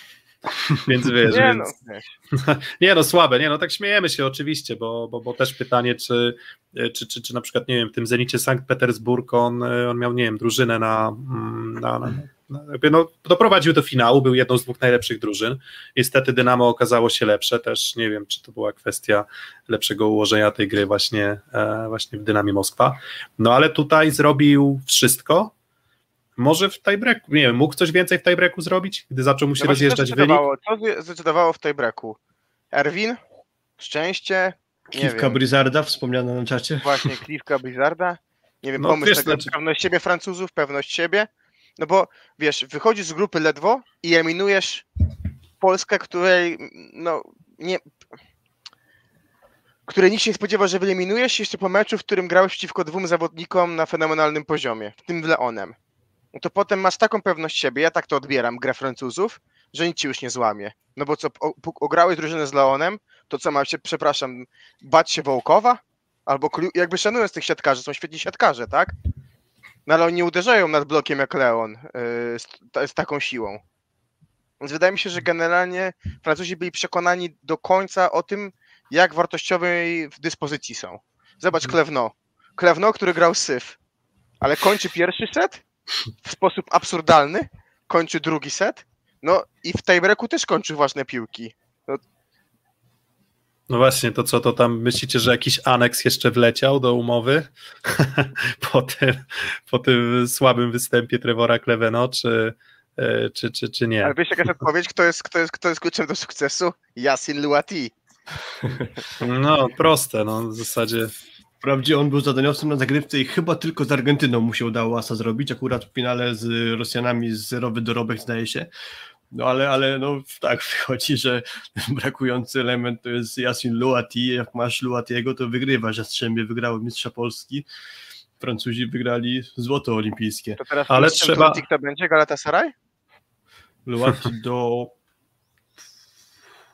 Więc wiesz, nie, więc... no, nie no, słabe, nie no, tak śmiejemy się oczywiście, bo, bo, bo też pytanie, czy, czy, czy, czy na przykład, nie wiem, w tym Zenicie Sankt Petersburg on, on miał, nie wiem, drużynę na, na, na, na jakby no, doprowadził do finału, był jedną z dwóch najlepszych drużyn, niestety Dynamo okazało się lepsze, też nie wiem, czy to była kwestia lepszego ułożenia tej gry właśnie, e, właśnie w Dynamie Moskwa, no ale tutaj zrobił wszystko. Może w tiebreaku, nie wiem, mógł coś więcej w tiebreaku zrobić, gdy zaczął mu się no rozjeżdżać wynik? Co zdecydowało w tiebreaku? Erwin? Szczęście? Kliwka Blizzarda, wspomniana na czacie. Właśnie, kliwka Blizzarda. Nie wiem, no, pomysł wiesz, tego, znaczy... pewność siebie Francuzów, pewność siebie. No bo, wiesz, wychodzisz z grupy ledwo i eliminujesz Polskę, której, no, nie... której nikt się nie spodziewał, że wyeliminujesz jeszcze po meczu, w którym grałeś przeciwko dwóm zawodnikom na fenomenalnym poziomie, w tym Leonem. No to potem masz taką pewność siebie, ja tak to odbieram, grę Francuzów, że nic ci już nie złamie. No bo co, ograłeś drużynę z Leonem, to co macie, przepraszam, bać się Wołkowa? Albo jakby szanując tych siatkarzy, są świetni siatkarze, tak? No ale oni nie uderzają nad blokiem jak Leon yy, z, z taką siłą. Więc wydaje mi się, że generalnie Francuzi byli przekonani do końca o tym, jak wartościowej w dyspozycji są. Zobacz Klewno. Klewno, który grał Syf, ale kończy pierwszy set w sposób absurdalny, kończy drugi set, no i w tiebreaku też kończy ważne piłki. No. no właśnie, to co, to tam myślicie, że jakiś aneks jeszcze wleciał do umowy po, tym, po tym słabym występie Trevora Kleveno, czy, czy, czy, czy nie? Ale wiesz jaka jest odpowiedź, kto jest, kto jest, kto jest kluczem do sukcesu? Yassin Louati. No proste, no w zasadzie... Wprawdzie on był zadaniowcem na zagrywce i chyba tylko z Argentyną mu się udało asa zrobić, akurat w finale z Rosjanami zerowy dorobek zdaje się, no ale, ale no tak wychodzi, że brakujący element to jest Yassin Louati, jak masz Louatiego to wygrywasz, Jastrzębie wygrało mistrza Polski, Francuzi wygrali złoto olimpijskie. To teraz ale trzeba... to będzie Galatasaray? Louati do...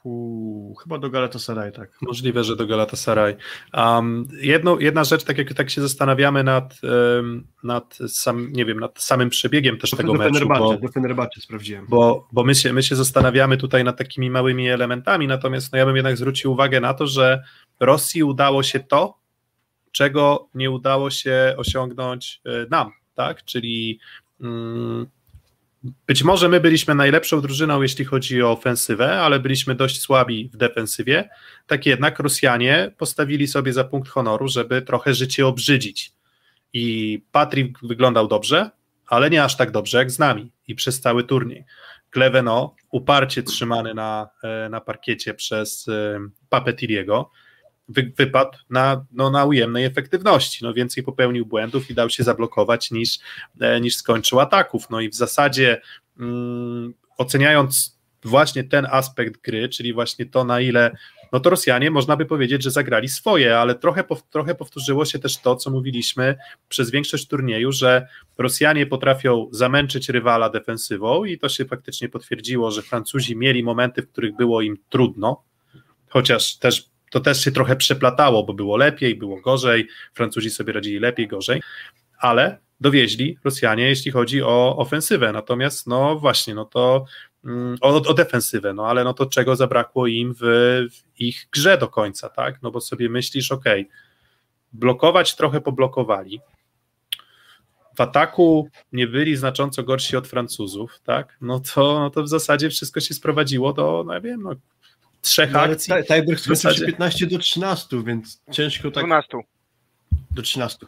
Uu, chyba do Galatasaray, tak. Możliwe, że do Galatasaray. Um, jedno, jedna rzecz, tak jak tak się zastanawiamy nad, um, nad, sam, nie wiem, nad samym przebiegiem też tego do meczu, Fenerbahce, bo, do Fenerbahce sprawdziłem. bo, bo my, się, my się zastanawiamy tutaj nad takimi małymi elementami, natomiast no, ja bym jednak zwrócił uwagę na to, że Rosji udało się to, czego nie udało się osiągnąć nam, tak, czyli mm, być może my byliśmy najlepszą drużyną, jeśli chodzi o ofensywę, ale byliśmy dość słabi w defensywie, tak jednak Rosjanie postawili sobie za punkt honoru, żeby trochę życie obrzydzić i Patrik wyglądał dobrze, ale nie aż tak dobrze jak z nami i przez cały turniej. Kleveno uparcie trzymany na, na parkiecie przez Papetiriego wy, wypadł na, no, na ujemnej efektywności, no więcej popełnił błędów i dał się zablokować niż, niż skończył ataków, no i w zasadzie mm, oceniając właśnie ten aspekt gry, czyli właśnie to, na ile, no to Rosjanie można by powiedzieć, że zagrali swoje, ale trochę, trochę powtórzyło się też to, co mówiliśmy przez większość turnieju, że Rosjanie potrafią zamęczyć rywala defensywą i to się faktycznie potwierdziło, że Francuzi mieli momenty, w których było im trudno, chociaż też to też się trochę przeplatało, bo było lepiej, było gorzej, Francuzi sobie radzili lepiej, gorzej, ale dowieźli Rosjanie, jeśli chodzi o ofensywę, natomiast no właśnie, no to o, o defensywę, no ale no to czego zabrakło im w, w ich grze do końca, tak, no bo sobie myślisz, okej, okay, blokować trochę poblokowali, w ataku nie byli znacząco gorsi od Francuzów, tak, no to, no to w zasadzie wszystko się sprowadziło do, no ja wiem, no trzech no, akcji. Tiebreak skończył się piętnaście do trzynastu, więc ciężko tak... dwunastu. Do trzynastu.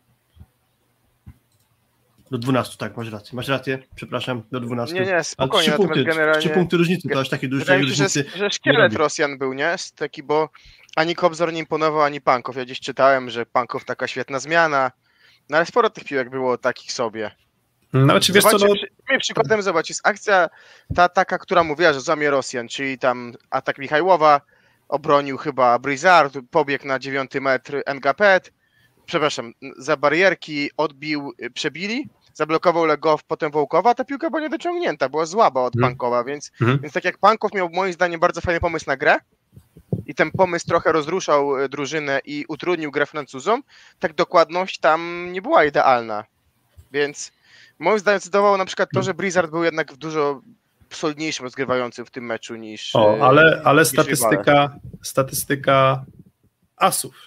Do dwunastu, tak, masz rację. Masz rację, przepraszam, do dwunastu. Nie, nie, spokojnie, trzy punkty, generalnie... trzy punkty różnicy, to aż takie duże Wydaje mi się, różnicy że, że szkielet Rosjan był, nie? Taki, bo ani Kobzor nie imponował, ani Pankow. Ja gdzieś czytałem, że Pankow taka świetna zmiana, no ale sporo tych piłek było takich sobie. No, czy wiesz co, no... Przy, przykładem, zobacz, jest akcja ta taka, która mówiła, że złamie Rosjan, czyli tam atak Michajłowa, obronił chyba Brizard, pobiegł na dziewiąty metr Ngapet, przepraszam, za barierki odbił, przebili, zablokował Legow, potem Wołkowa, ta piłka była niedociągnięta, była słaba od hmm. Pankowa, więc, hmm. więc tak jak Pankow miał moim zdaniem bardzo fajny pomysł na grę i ten pomysł trochę rozruszał drużynę i utrudnił grę Francuzom, tak dokładność tam nie była idealna, więc moim zdaniem zdecydowało na przykład to, że Blizzard był jednak dużo solidniejszym rozgrywającym w tym meczu niż... O, ale, ale niż statystyka, statystyka asów.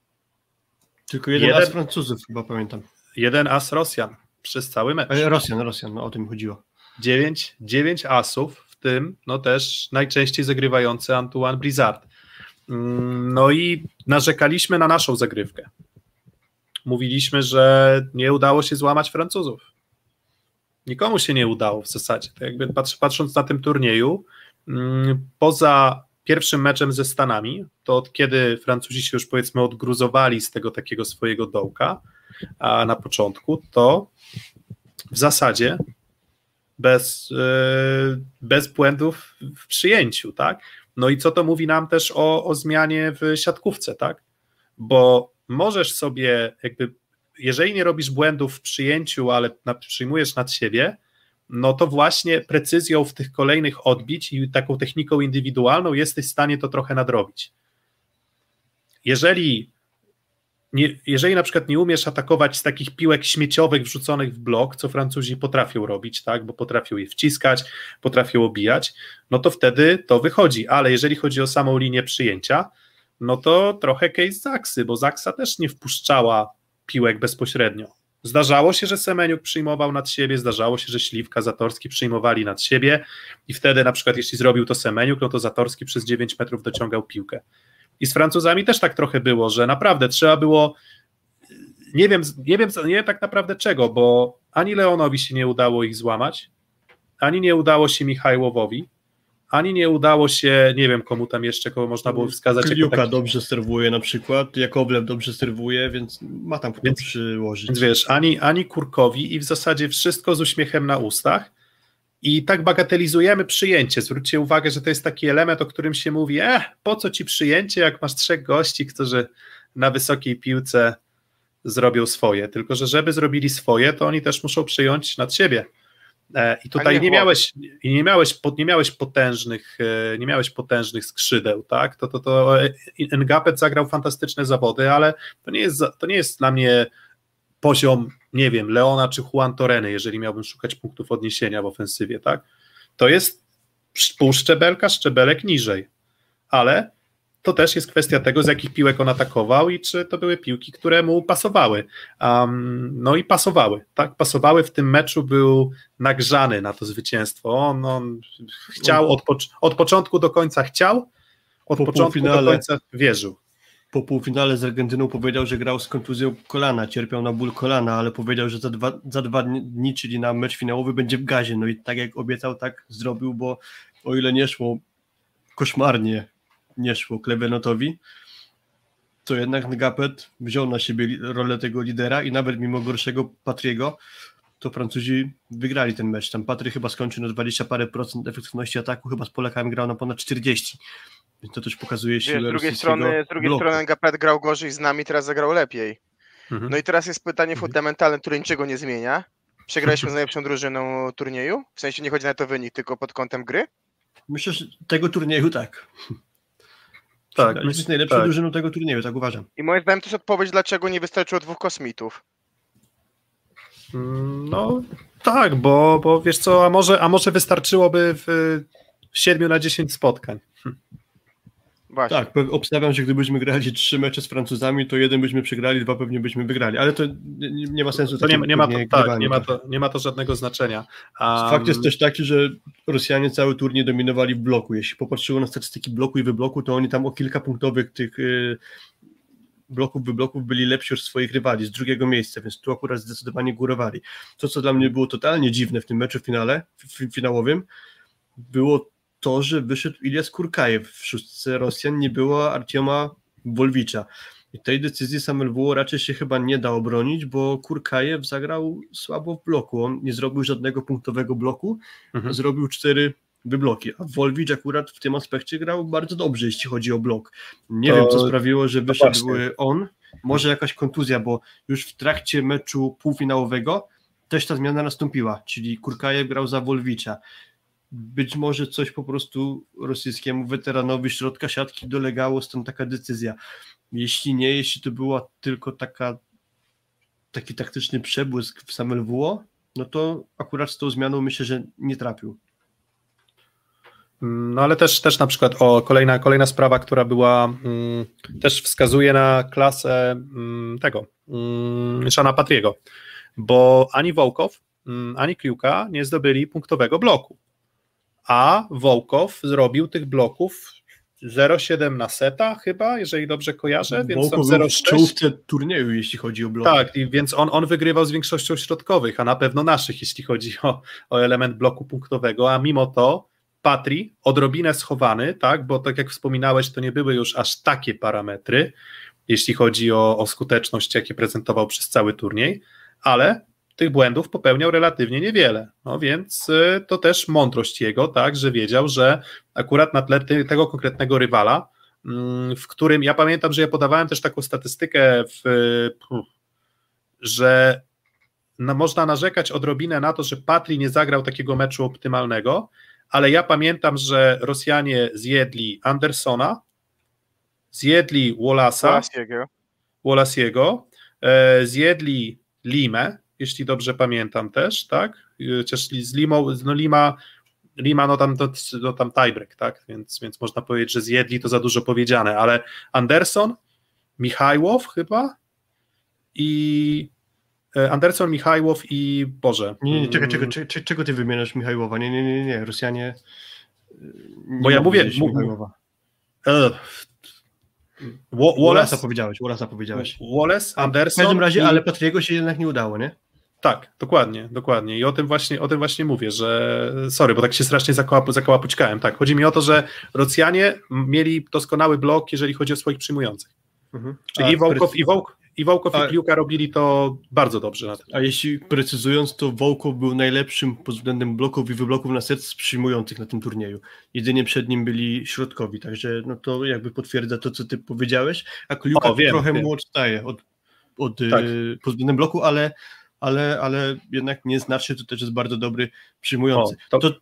Tylko jeden, jeden as Francuzów chyba pamiętam. Jeden as Rosjan przez cały mecz. Rosjan, Rosjan, no o tym chodziło. Dziewięć, dziewięć asów, w tym no też najczęściej zagrywający Antoine Blizzard. No i narzekaliśmy na naszą zagrywkę. Mówiliśmy, że nie udało się złamać Francuzów. Nikomu się nie udało w zasadzie. To jakby patrz, patrząc na tym turnieju, poza pierwszym meczem ze Stanami, to od kiedy Francuzi się już powiedzmy odgruzowali z tego takiego swojego dołka a na początku, to w zasadzie bez, yy, bez błędów w przyjęciu, tak? No i co to mówi nam też o, o zmianie w siatkówce, tak? Bo możesz sobie jakby, jeżeli nie robisz błędów w przyjęciu, ale przyjmujesz nad siebie, no to właśnie precyzją w tych kolejnych odbić i taką techniką indywidualną jesteś w stanie to trochę nadrobić. Jeżeli, nie, jeżeli na przykład nie umiesz atakować z takich piłek śmieciowych wrzuconych w blok, co Francuzi potrafią robić, tak, bo potrafią je wciskać, potrafią obijać, no to wtedy to wychodzi, ale jeżeli chodzi o samą linię przyjęcia, no to trochę case Zaksy, bo Zaksa też nie wpuszczała piłek bezpośrednio. Zdarzało się, że Semeniuk przyjmował nad siebie, zdarzało się, że Śliwka, Zatorski przyjmowali nad siebie i wtedy na przykład jeśli zrobił to Semeniuk, no to Zatorski przez dziewięć metrów dociągał piłkę. I z Francuzami też tak trochę było, że naprawdę trzeba było, nie wiem, nie wiem, nie wiem tak naprawdę czego, bo ani Leonowi się nie udało ich złamać, ani nie udało się Michajłowowi, ani nie udało się, nie wiem komu tam jeszcze, kogo można było wskazać. Kliuka taki... dobrze serwuje na przykład, Jakowlew dobrze serwuje, więc ma tam więc, przyłożyć. Więc wiesz, ani, ani Kurkowi i w zasadzie wszystko z uśmiechem na ustach i tak bagatelizujemy przyjęcie. Zwróćcie uwagę, że to jest taki element, o którym się mówi, eh, po co ci przyjęcie, jak masz trzech gości, którzy na wysokiej piłce zrobią swoje, tylko że żeby zrobili swoje, to oni też muszą przyjąć nad siebie. I tutaj nie nie Włochy. miałeś, nie miałeś, nie miałeś potężnych, nie miałeś potężnych skrzydeł, tak? To, to, to Ngapet zagrał fantastyczne zawody, ale to nie jest, to nie jest dla mnie poziom, nie wiem, Leona czy Juan Torreny, jeżeli miałbym szukać punktów odniesienia w ofensywie, tak? To jest pół szczebelka, szczebelek niżej, ale to też jest kwestia tego, z jakich piłek on atakował i czy to były piłki, które mu pasowały. Um, no i pasowały, tak? Pasowały. W tym meczu, był nagrzany na to zwycięstwo. On, on chciał od, pocz- od początku do końca chciał, od Po początku do półfinale. końca wierzył. Po półfinale z Argentyną powiedział, że grał z kontuzją kolana, cierpiał na ból kolana, ale powiedział, że za dwa, za dwa dni, czyli na mecz finałowy, będzie w gazie. No i tak jak obiecał, tak zrobił, bo o ile nie szło koszmarnie, nie szło Klevenotowi, to jednak Ngapet wziął na siebie li- rolę tego lidera i nawet mimo gorszego Patriego, to Francuzi wygrali ten mecz. Tam Patry chyba skończył na dwadzieścia parę procent efektywności ataku, chyba z Polakami grał na ponad czterdzieści. Więc to też pokazuje Wiesz, siłę z drugiej rosyjskiego strony, z drugiej bloku. strony Ngapet grał gorzej z nami, teraz zagrał lepiej. Mhm. No i teraz jest pytanie fundamentalne, które niczego nie zmienia. Przegraliśmy z najlepszą drużyną turnieju? W sensie nie chodzi na to wynik, tylko pod kątem gry? Myślę, że tego turnieju tak. Tak, Tak, myślę, jest najlepszą tak. drużyną tego turnieju, tak uważam. I moim zdaniem to jest odpowiedź, dlaczego nie wystarczyło dwóch kosmitów. Mm, No tak, bo, bo wiesz co, a może, a może wystarczyłoby w siedmiu na dziesięć spotkań. Właśnie. Tak, pe- obstawiam, że gdybyśmy grali trzy mecze z Francuzami, to jeden byśmy przegrali, dwa pewnie byśmy wygrali, ale to nie, nie ma sensu. To nie, takiego nie, ma to, turnieju tak, grywania. nie, ma to, nie ma to żadnego znaczenia. Um, Fakt jest też taki, że Rosjanie cały turniej dominowali w bloku. Jeśli popatrzyło na statystyki bloku i wybloku, to oni tam o kilka punktowych tych y, bloków, wybloków byli lepsi od swoich rywali z drugiego miejsca, więc tu akurat zdecydowanie górowali. To, co dla mnie było totalnie dziwne w tym meczu finale, w, finałowym, było to, że wyszedł Ilias Kurkajew w szóstce Rosjan, nie było Artioma Wolwicza. I tej decyzji Samelwuo raczej się chyba nie da obronić, bo Kurkajew zagrał słabo w bloku. On nie zrobił żadnego punktowego bloku, Mhm. zrobił cztery wybloki, a Wolwicz akurat w tym aspekcie grał bardzo dobrze, jeśli chodzi o blok. Nie To- wiem, co sprawiło, że wyszedł właśnie. on. Może jakaś kontuzja, bo już w trakcie meczu półfinałowego też ta zmiana nastąpiła, czyli Kurkajew grał za Wolwicza. Być może coś po prostu rosyjskiemu weteranowi środka siatki dolegało, stąd taka decyzja. Jeśli nie, jeśli to była tylko taka taki taktyczny przebłysk w Samelwuo, no to akurat z tą zmianą myślę, że nie trafił. No ale też, też na przykład o kolejna, kolejna sprawa, która była mm, też wskazuje na klasę mm, tego mm, Szana Patriego, bo ani Wołkow, mm, ani Kliuka nie zdobyli punktowego bloku, a Wołkow zrobił tych bloków zero przecinek siedem na seta chyba, jeżeli dobrze kojarzę, więc Wołkow tam był zero w przecinek sześć. czołówce turnieju, jeśli chodzi o bloki. Tak, i więc on, on wygrywał z większością środkowych, a na pewno naszych, jeśli chodzi o, o element bloku punktowego, a mimo to Patri odrobinę schowany, tak, bo tak jak wspominałeś, to nie były już aż takie parametry, jeśli chodzi o, o skuteczność, jakie prezentował przez cały turniej, ale tych błędów popełniał relatywnie niewiele, no więc y, to też mądrość jego, tak, że wiedział, że akurat na tle ty, tego konkretnego rywala, mm, w którym, ja pamiętam, że ja podawałem też taką statystykę, w, pff, że no, można narzekać odrobinę na to, że Patri nie zagrał takiego meczu optymalnego, ale ja pamiętam, że Rosjanie zjedli Andersona, zjedli Wallace'a, Polasiego. Wallace'ego, e, zjedli Limę, jeśli dobrze pamiętam też, tak? Chociaż z Limą, no Lima, Lima no tam, to, no tam tiebreak, tak? Więc, więc można powiedzieć, że zjedli, to za dużo powiedziane, ale Anderson, Michajłow chyba i e, Anderson, Michajłow i Boże. Nie, nie, czekaj, czekaj, czekaj, czego ty wymieniasz Michajłowa? Nie, nie, nie, nie, Rosjanie nie Bo ja mogą mówię- zjeść mu- Michajłowa. E, Wa- Wallace'a Wallace, powiedziałeś, Wallace'a powiedziałeś. Wallace, W Anderson. każdym razie, i- ale Patriego się jednak nie udało, nie? Tak, dokładnie, dokładnie. I o tym właśnie, o tym właśnie mówię, że sorry, bo tak się strasznie zakołap, zakołapućkałem. Tak, chodzi mi o to, że Rosjanie mieli doskonały blok, jeżeli chodzi o swoich przyjmujących. Mhm. Czyli A i Wołkow, precy- i Wołk, i Wołkow A- i Kliuka robili to bardzo dobrze na tym. A jeśli precyzując, to Wołkow był najlepszym pod względem bloków i wybloków na set z przyjmujących na tym turnieju. Jedynie przed nim byli środkowi, także no to jakby potwierdza to, co ty powiedziałeś, a Kliuka O, wiem, trochę wiem. mu odstaje od, od Tak. y, pod względem bloku, ale, ale, ale jednak nieznacznie to też jest bardzo dobry przyjmujący. O, to, to,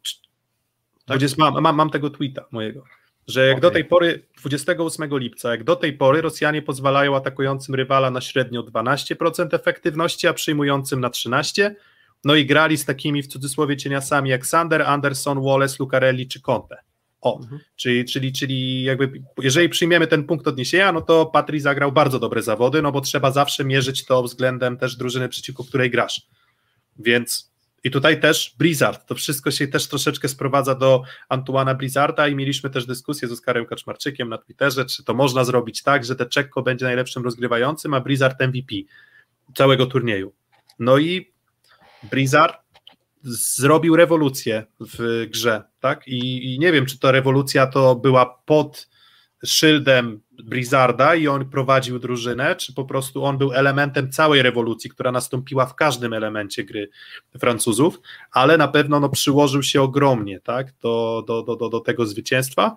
tak? mam, mam, mam tego tweeta mojego, że jak okay. do tej pory, dwudziestego ósmego lipca, jak do tej pory Rosjanie pozwalają atakującym rywala na średnio dwanaście procent efektywności, a przyjmującym na trzynaście procent, no i grali z takimi w cudzysłowie cieniasami jak Sander, Anderson, Wallace, Lucarelli czy Conte. O, mhm. czyli, czyli, czyli jakby jeżeli przyjmiemy ten punkt odniesienia, no to Patry zagrał bardzo dobre zawody, no bo trzeba zawsze mierzyć to względem też drużyny, przeciwko której grasz. Więc i tutaj też Blizzard, to wszystko się też troszeczkę sprowadza do Antoana Blizzarda i mieliśmy też dyskusję z Oskarem Kaczmarczykiem na Twitterze, czy to można zrobić tak, że Teczekko będzie najlepszym rozgrywającym, a Blizzard M V P całego turnieju. No i Blizzard zrobił rewolucję w grze, tak? I, i nie wiem, czy ta rewolucja to była pod szyldem Blizzarda i on prowadził drużynę, czy po prostu on był elementem całej rewolucji, która nastąpiła w każdym elemencie gry Francuzów, ale na pewno no, przyłożył się ogromnie, tak? do, do, do, do tego zwycięstwa.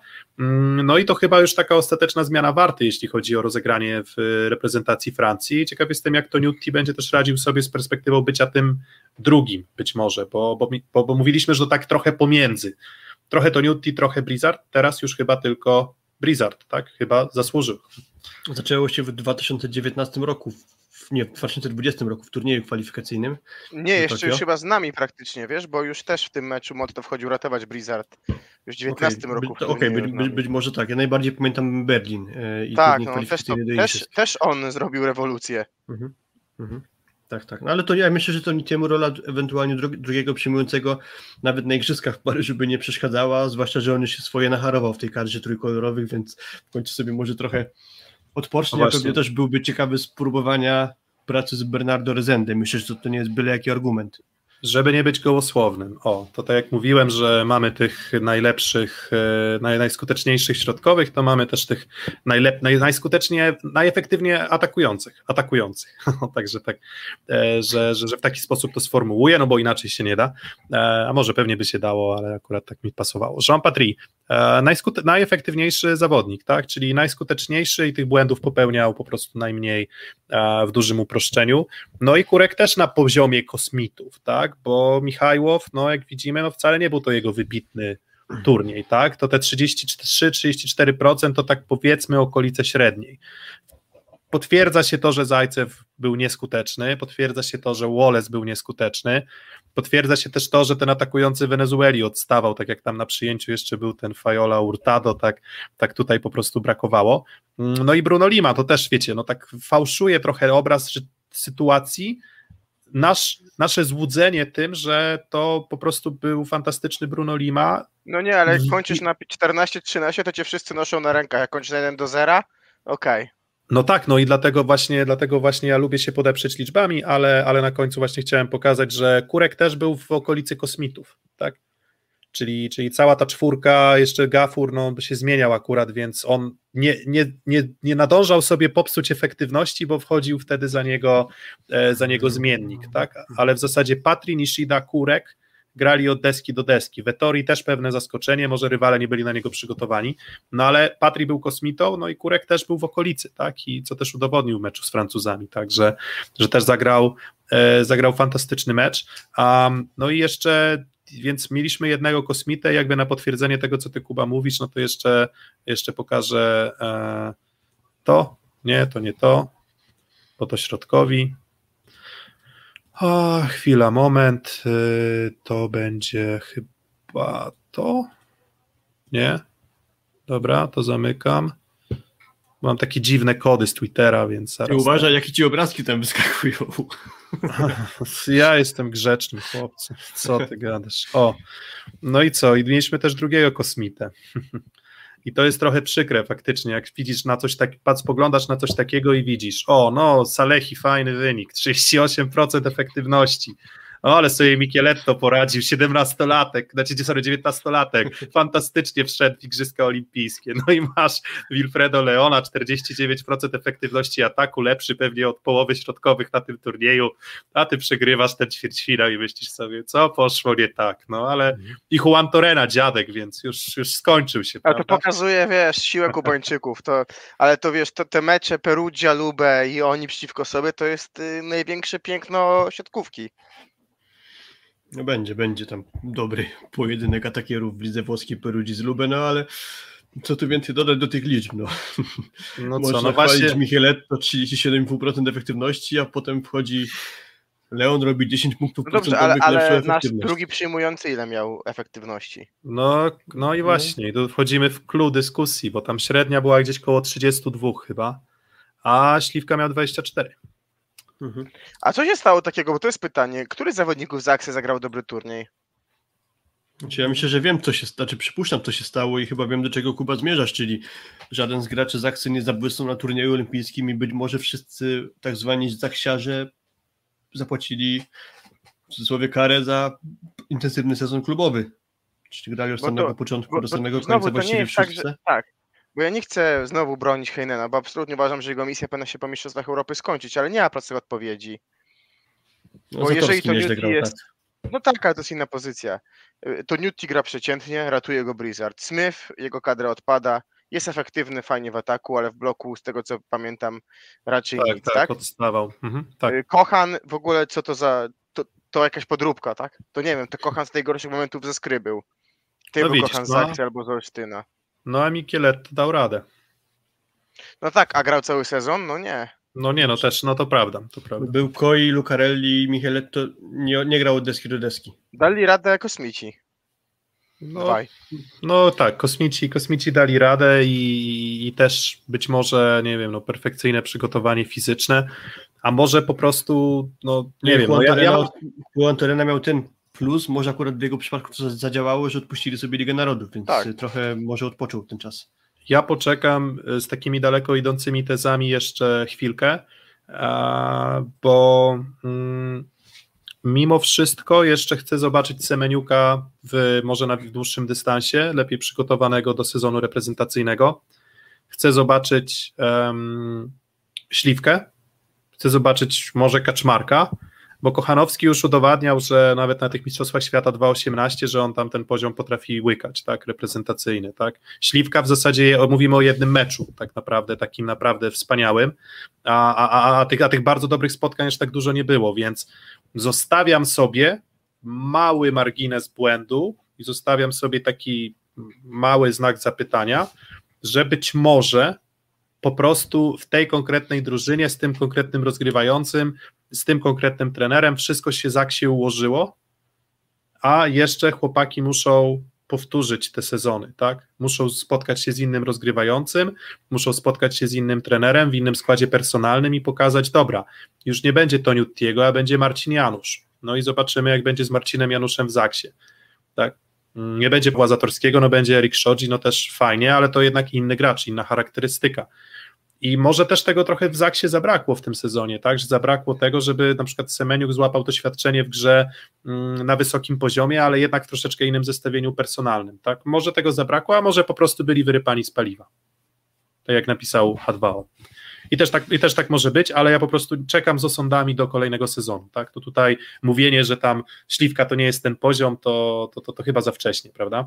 No i to chyba już taka ostateczna zmiana warty, jeśli chodzi o rozegranie w reprezentacji Francji. Ciekaw jestem, jak to Nutti będzie też radził sobie z perspektywą bycia tym drugim być może, bo, bo, bo, bo mówiliśmy, że to tak trochę pomiędzy. Trochę to Nutti, trochę Blizzard, teraz już chyba tylko Blizzard, tak? Chyba zasłużył. Zaczęło się w dwa tysiące dziewiętnastym roku, w, nie, w dwa tysiące dwudziestym roku w turnieju kwalifikacyjnym. Nie, jeszcze Tokio. Już chyba z nami praktycznie, wiesz, bo już też w tym meczu Motto wchodził ratować Blizzard już w dziewiętnastym okay, roku. Okej, okay, być, być, być może tak. Ja najbardziej pamiętam Berlin. E, i tak, no, też, to, też, też on zrobił rewolucję. Mhm, mhm. Tak, tak. No ale to ja myślę, że to Nittiemu rola ewentualnie dru- drugiego przyjmującego nawet na igrzyskach w Paryżu by nie przeszkadzała, zwłaszcza, że on już się swoje nacharował w tej kadrze trójkolorowych, więc w końcu sobie może trochę odpocznie, no a pewnie też byłby ciekawy spróbowania pracy z Bernardo Rezendem. Myślę, że to, to nie jest byle jaki argument. Żeby nie być gołosłownym. O, to tak jak mówiłem, że mamy tych najlepszych, naj, najskuteczniejszych środkowych, to mamy też tych najlep, naj, najskuteczniej, najefektywniej atakujących. atakujących. Także tak, że, że, że w taki sposób to sformułuję, no bo inaczej się nie da. A może pewnie by się dało, ale akurat tak mi pasowało. Jean Patry, najskute, najefektywniejszy zawodnik, tak? Czyli najskuteczniejszy i tych błędów popełniał po prostu najmniej w dużym uproszczeniu. No i Kurek też na poziomie kosmitów, tak? Bo Michajłow, no jak widzimy, no wcale nie był to jego wybitny turniej, tak? To te trzydzieści trzy do trzydziestu czterech procent to tak powiedzmy okolice średniej. Potwierdza się to, że Zajcew był nieskuteczny, potwierdza się to, że Wallace był nieskuteczny, potwierdza się też to, że ten atakujący Wenezueli odstawał, tak jak tam na przyjęciu jeszcze był ten Fajola Hurtado, tak, tak tutaj po prostu brakowało. No i Bruno Lima, to też wiecie, no tak fałszuje trochę obraz sytuacji, Nasz, nasze złudzenie tym, że to po prostu był fantastyczny Bruno Lima. No nie, ale jak kończysz na czternaście trzynaście, to cię wszyscy noszą na rękach, jak kończysz na jeden do zera, okej. Okay. No tak, no i dlatego właśnie, dlatego właśnie ja lubię się podeprzeć liczbami, ale, ale na końcu właśnie chciałem pokazać, że Kurek też był w okolicy kosmitów, tak? Czyli, czyli cała ta czwórka, jeszcze Gafur, no się zmieniał akurat, więc on nie, nie, nie, nie nadążał sobie popsuć efektywności, bo wchodził wtedy za niego, e, za niego zmiennik, tak? Ale w zasadzie Patry, Nishida, Kurek grali od deski do deski. Vettori też pewne zaskoczenie, może rywale nie byli na niego przygotowani, no ale Patry był kosmitą, no i Kurek też był w okolicy, tak? I co też udowodnił w meczu z Francuzami, tak? Że, że też zagrał, e, zagrał fantastyczny mecz. Um, no i jeszcze więc mieliśmy jednego kosmitę, jakby na potwierdzenie tego, co ty, Kuba, mówisz, no to jeszcze, jeszcze pokażę e, to, nie, to nie to, bo to środkowi. O, chwila, moment, y, to będzie chyba to, nie, dobra, to zamykam. Mam takie dziwne kody z Twittera, więc zaraz... Ty uważaj, jakie ci obrazki tam wyskakują. Ja jestem grzeczny, chłopcy. Co ty gadasz? O, no i co? I mieliśmy też drugiego kosmitę. I to jest trochę przykre faktycznie, jak widzisz na coś tak, patrz, spoglądasz na coś takiego i widzisz, o no, Salehi, fajny wynik, trzydzieści osiem procent efektywności, O, ale sobie Micheletto poradził, siedemnastolatek, znaczy sorry, dziewiętnastolatek, fantastycznie wszedł w Igrzyska Olimpijskie. No i masz Wilfredo Leona, czterdzieści dziewięć procent efektywności ataku, lepszy pewnie od połowy środkowych na tym turnieju, a ty przegrywasz ten ćwierćfinał i myślisz sobie, co poszło nie tak, no ale i Juan Torrena dziadek, więc już, już skończył się. Ale prawda? to pokazuje, wiesz, siłę Kubańczyków, to, ale to wiesz, to, te mecze Perugia, Lubę i oni przeciwko sobie, to jest y, największe piękno siatkówki. No będzie, będzie tam dobry pojedynek atakierów w lidze włoskiej Perugii z Lubę, no ale co tu więcej dodać do tych liczb, no. No Można co, no chwalić właśnie, Micheletto trzydzieści siedem i pół procent efektywności, a potem wchodzi Leon, robi dziesięć punktów No dobrze, ale, procentowych, ale lepszą nasz efektywność. drugi przyjmujący ile miał efektywności? no, no i właśnie, tu wchodzimy w clue dyskusji, bo tam średnia była gdzieś koło trzydzieści dwa chyba, a Śliwka miał dwadzieścia cztery. Mhm. A co się stało takiego, bo to jest pytanie, który z zawodników z Aksy zagrał dobry turniej? Znaczy, ja myślę, że wiem, co się, znaczy przypuszczam, co się stało i chyba wiem, do czego Kuba zmierzasz, czyli żaden z graczy z Aksy nie zabłysnął na turnieju olimpijskim i być może wszyscy tak zwani zaksiarze zapłacili w cudzysłowie karę za intensywny sezon klubowy. Czyli grali od Bo samego to- początku Bo, do bo samego znowu końca to nie właściwie jest tak, wszyscy. że, tak, bo ja nie chcę znowu bronić Heinena, bo absolutnie uważam, że jego misja powinna się po Mistrzostwach Europy skończyć, ale nie ma prostej odpowiedzi. No, bo jeżeli Zatorski to nieźle Newty grał, jest- tak. No tak, ale to jest inna pozycja. Y, To Newty gra przeciętnie, ratuje go Blizzard. Smith, jego kadra odpada, jest efektywny fajnie w ataku, ale w bloku, z tego co pamiętam, raczej Tak, nic, tak, tak? odstawał. Mhm, tak. Y, Kochan, w ogóle co to za... To, to jakaś podróbka, tak? To nie wiem, to Kochan z najgorszych momentów ze skry był. Ty No był widzisz, Kochan z no. Aksy albo z Olsztyna. No a Micheletto dał radę. No tak, a grał cały sezon? No nie. No nie, no też, no to prawda, to prawda. Był Koi, Lucarelli i Micheletto nie, nie grał od deski do deski. Dali radę kosmici. No, Dwaj. no tak, kosmici, kosmici dali radę i, i też być może, nie wiem, no perfekcyjne przygotowanie fizyczne, a może po prostu, no nie wiem, no ja, ja mam, Juan Torrena miał ten plus, może akurat w jego przypadku to zadziałało, że odpuścili sobie Ligę Narodów, więc Tak. trochę może odpoczął ten czas. ja poczekam z takimi daleko idącymi tezami jeszcze chwilkę, a, bo mm, mimo wszystko jeszcze chcę zobaczyć Semeniuka w, może na dłuższym dystansie, lepiej przygotowanego do sezonu reprezentacyjnego. Chcę zobaczyć um, Śliwkę, chcę zobaczyć może Kaczmarka, bo Kochanowski już udowadniał, że nawet na tych Mistrzostwach Świata dwa osiemnaście, że on tam ten poziom potrafi łykać, tak, reprezentacyjny, tak. Śliwka w zasadzie, mówimy o jednym meczu, tak naprawdę, takim naprawdę wspaniałym, a, a, a, a, tych, a tych bardzo dobrych spotkań już tak dużo nie było, więc zostawiam sobie mały margines błędu i zostawiam sobie taki mały znak zapytania, że być może po prostu w tej konkretnej drużynie, z tym konkretnym rozgrywającym, z tym konkretnym trenerem wszystko się z Aksy ułożyło, a jeszcze chłopaki muszą powtórzyć te sezony, tak? Muszą spotkać się z innym rozgrywającym, muszą spotkać się z innym trenerem w innym składzie personalnym i pokazać, dobra, już nie będzie Toniutiego, a będzie Marcin Janusz. No i zobaczymy, jak będzie z Marcinem Januszem w Zaksie, tak? Nie będzie Pawła Zatorskiego, no będzie Erik Szodzi, no też fajnie, ale to jednak inny gracz, inna charakterystyka. I może też tego trochę w Zaksie zabrakło w tym sezonie, tak, że zabrakło tego, żeby na przykład Semeniuk złapał doświadczenie w grze mm, na wysokim poziomie, ale jednak w troszeczkę innym zestawieniu personalnym, tak, może tego zabrakło, a może po prostu byli wyrypani z paliwa, tak jak napisał H dwa O. I też, tak, I też tak może być, ale ja po prostu czekam z osądami do kolejnego sezonu, tak, to tutaj mówienie, że tam Śliwka to nie jest ten poziom, to, to, to, to chyba za wcześnie, prawda?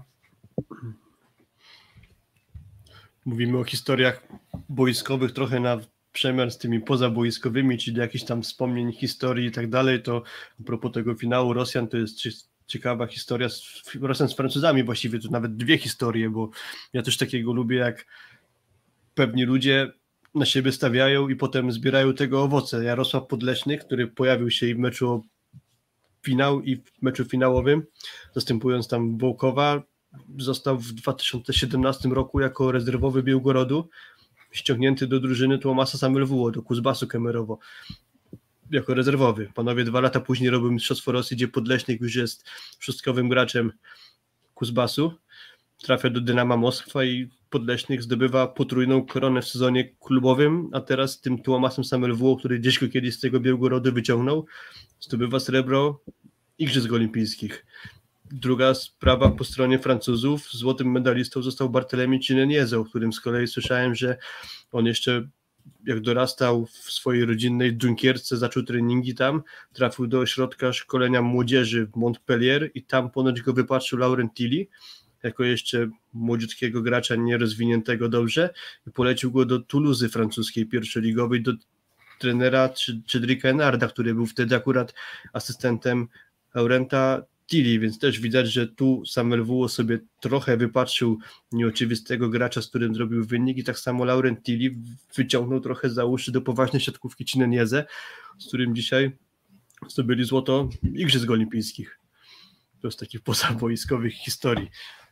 Mówimy o historiach boiskowych trochę na przemian z tymi pozaboiskowymi, czyli jakichś tam wspomnień, historii i tak dalej, to a propos tego finału Rosjan, to jest ciekawa historia z Rosjan z Francuzami, właściwie to nawet dwie historie, bo ja też takiego lubię, jak pewni ludzie na siebie stawiają i potem zbierają tego owoce. Jarosław Podleśny, który pojawił się i w meczu o finał i w meczu finałowym, zastępując tam Wołkowa, został w dwa tysiące siedemnastym roku jako rezerwowy Białgorodu ściągnięty do drużyny Tłomasa Samelwuło, do Kuzbasu Kemerowo jako rezerwowy. Panowie dwa lata później robią Mistrzostwo Rosji, gdzie Podleśnik już jest szóstkowym graczem Kuzbasu. Trafia do Dynama Moskwa i Podleśnik zdobywa potrójną koronę w sezonie klubowym, a teraz tym Tłomasem Samelwuło, który gdzieś go kiedyś z tego Białgorodu wyciągnął, zdobywa srebro Igrzysk Olimpijskich. Druga sprawa po stronie Francuzów, złotym medalistą został Barthélemy Chinenieze, o którym z kolei słyszałem, że on jeszcze jak dorastał w swojej rodzinnej Dunkierce, zaczął treningi tam, trafił do ośrodka szkolenia młodzieży w Montpellier i tam ponoć go wypatrzył Laurent Tilly, jako jeszcze młodziutkiego gracza nierozwiniętego dobrze i polecił go do Toulouse francuskiej pierwszoligowej, do trenera Cédrica Enarda, który był wtedy akurat asystentem Laurenta Tilly, więc też widać, że tu Samuel Wuo sobie trochę wypatrzył nieoczywistego gracza, z którym zrobił wynik i tak samo Laurent Tilly wyciągnął trochę za uszy do poważnej siatkówki Chinenieze, z którym dzisiaj zdobyli złoto Igrzysk Olimpijskich. To z takich pozaboiskowych historii.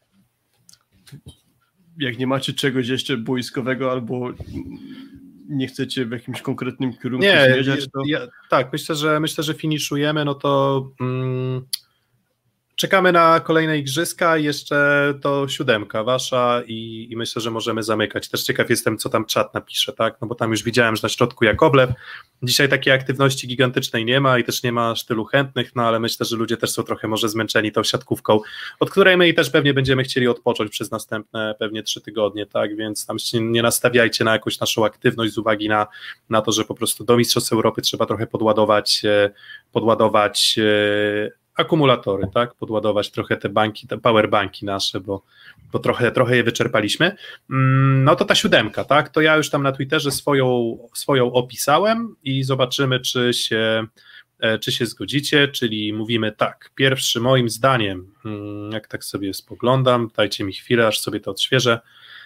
Jak nie macie czegoś jeszcze boiskowego albo nie chcecie w jakimś konkretnym kierunku nie, zmierzać, to... Ja, tak, myślę, że myślę, że finiszujemy, no to mm, czekamy na kolejne igrzyska, jeszcze to siódemka wasza i, i myślę, że możemy zamykać. Też ciekaw jestem, co tam czat napisze, tak, no bo tam już widziałem, że na środku Jakowlew. Dzisiaj takiej aktywności gigantycznej nie ma i też nie ma aż tylu chętnych, no ale myślę, że ludzie też są trochę może zmęczeni tą siatkówką, od której my i też pewnie będziemy chcieli odpocząć przez następne pewnie trzy tygodnie, tak, więc tam się nie nastawiajcie na jakąś naszą aktywność z uwagi na, na to, że po prostu do Mistrzostw Europy trzeba trochę podładować, podładować akumulatory, tak, podładować trochę te banki, te powerbanki nasze, bo, bo trochę, trochę je wyczerpaliśmy. No to ta siódemka, tak, to ja już tam na Twitterze swoją, swoją opisałem i zobaczymy, czy się, czy się zgodzicie, czyli mówimy tak, pierwszy moim zdaniem, jak tak sobie spoglądam, dajcie mi chwilę, aż sobie to odświeżę,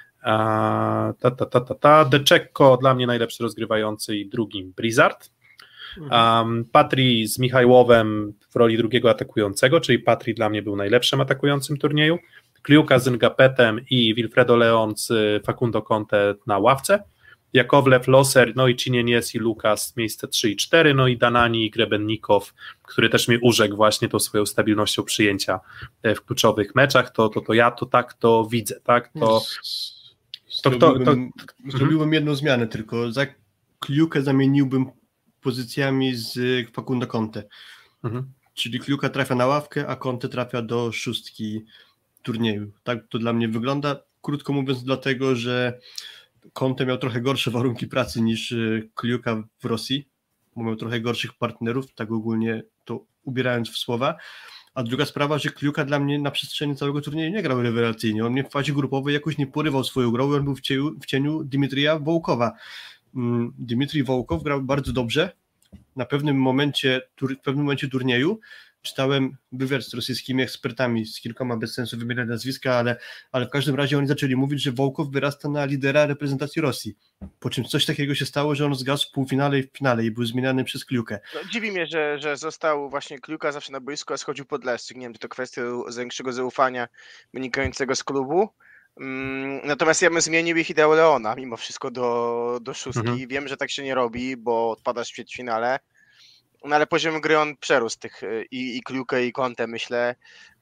ta, ta, ta, ta, ta, Deczekko dla mnie najlepszy rozgrywający i drugim Blizzard. Um, Patry z Michajłowem w roli drugiego atakującego, czyli Patry dla mnie był najlepszym atakującym turnieju, Kliuka z Ngapetem i Wilfredo Leon z Facundo Conte na ławce, Jakowlew, Loser, no i Cinienies i Lukas miejsce trzy i cztery, no i Danani i Grebennikow, który też mnie urzekł właśnie tą swoją stabilnością przyjęcia w kluczowych meczach, to, to, to ja to tak to widzę, tak, to to, to, to, to zrobiłbym jedną zmianę tylko, za Kliukę zamieniłbym pozycjami z Facundo Conte. Mhm. Czyli Kliuka trafia na ławkę, a Conte trafia do szóstki turnieju. Tak to dla mnie wygląda. Krótko mówiąc dlatego, że Conte miał trochę gorsze warunki pracy niż Kliuka w Rosji, bo miał trochę gorszych partnerów, tak ogólnie to ubierając w słowa. A druga sprawa, że Kliuka dla mnie na przestrzeni całego turnieju nie grał rewelacyjnie. On mnie w fazie grupowej jakoś nie porywał swoją grą, on był w cieniu, w cieniu Dimitrija Wołkowa. Dimitrij Wołkow grał bardzo dobrze. Na pewnym momencie, w pewnym momencie turnieju czytałem wywiad z rosyjskimi ekspertami, z kilkoma bez sensu wymieniać nazwiska, ale, ale w każdym razie oni zaczęli mówić, że Wołkow wyrasta na lidera reprezentacji Rosji. Po czym coś takiego się stało, że on zgasł w półfinale i w finale i był zmieniany przez Kliukę. No, dziwi mnie, że, że został właśnie Kliuka zawsze na boisku, a schodził Podleszczyk. Nie wiem, czy to kwestia większego zaufania wynikającego z klubu. Natomiast ja bym zmienił ich Hideo Leona mimo wszystko do, do szóstki. Mhm. Wiem, że tak się nie robi, bo odpada w ćwierćfinale. No ale poziom gry on przerósł tych i, i Kliukę i Conte, myślę.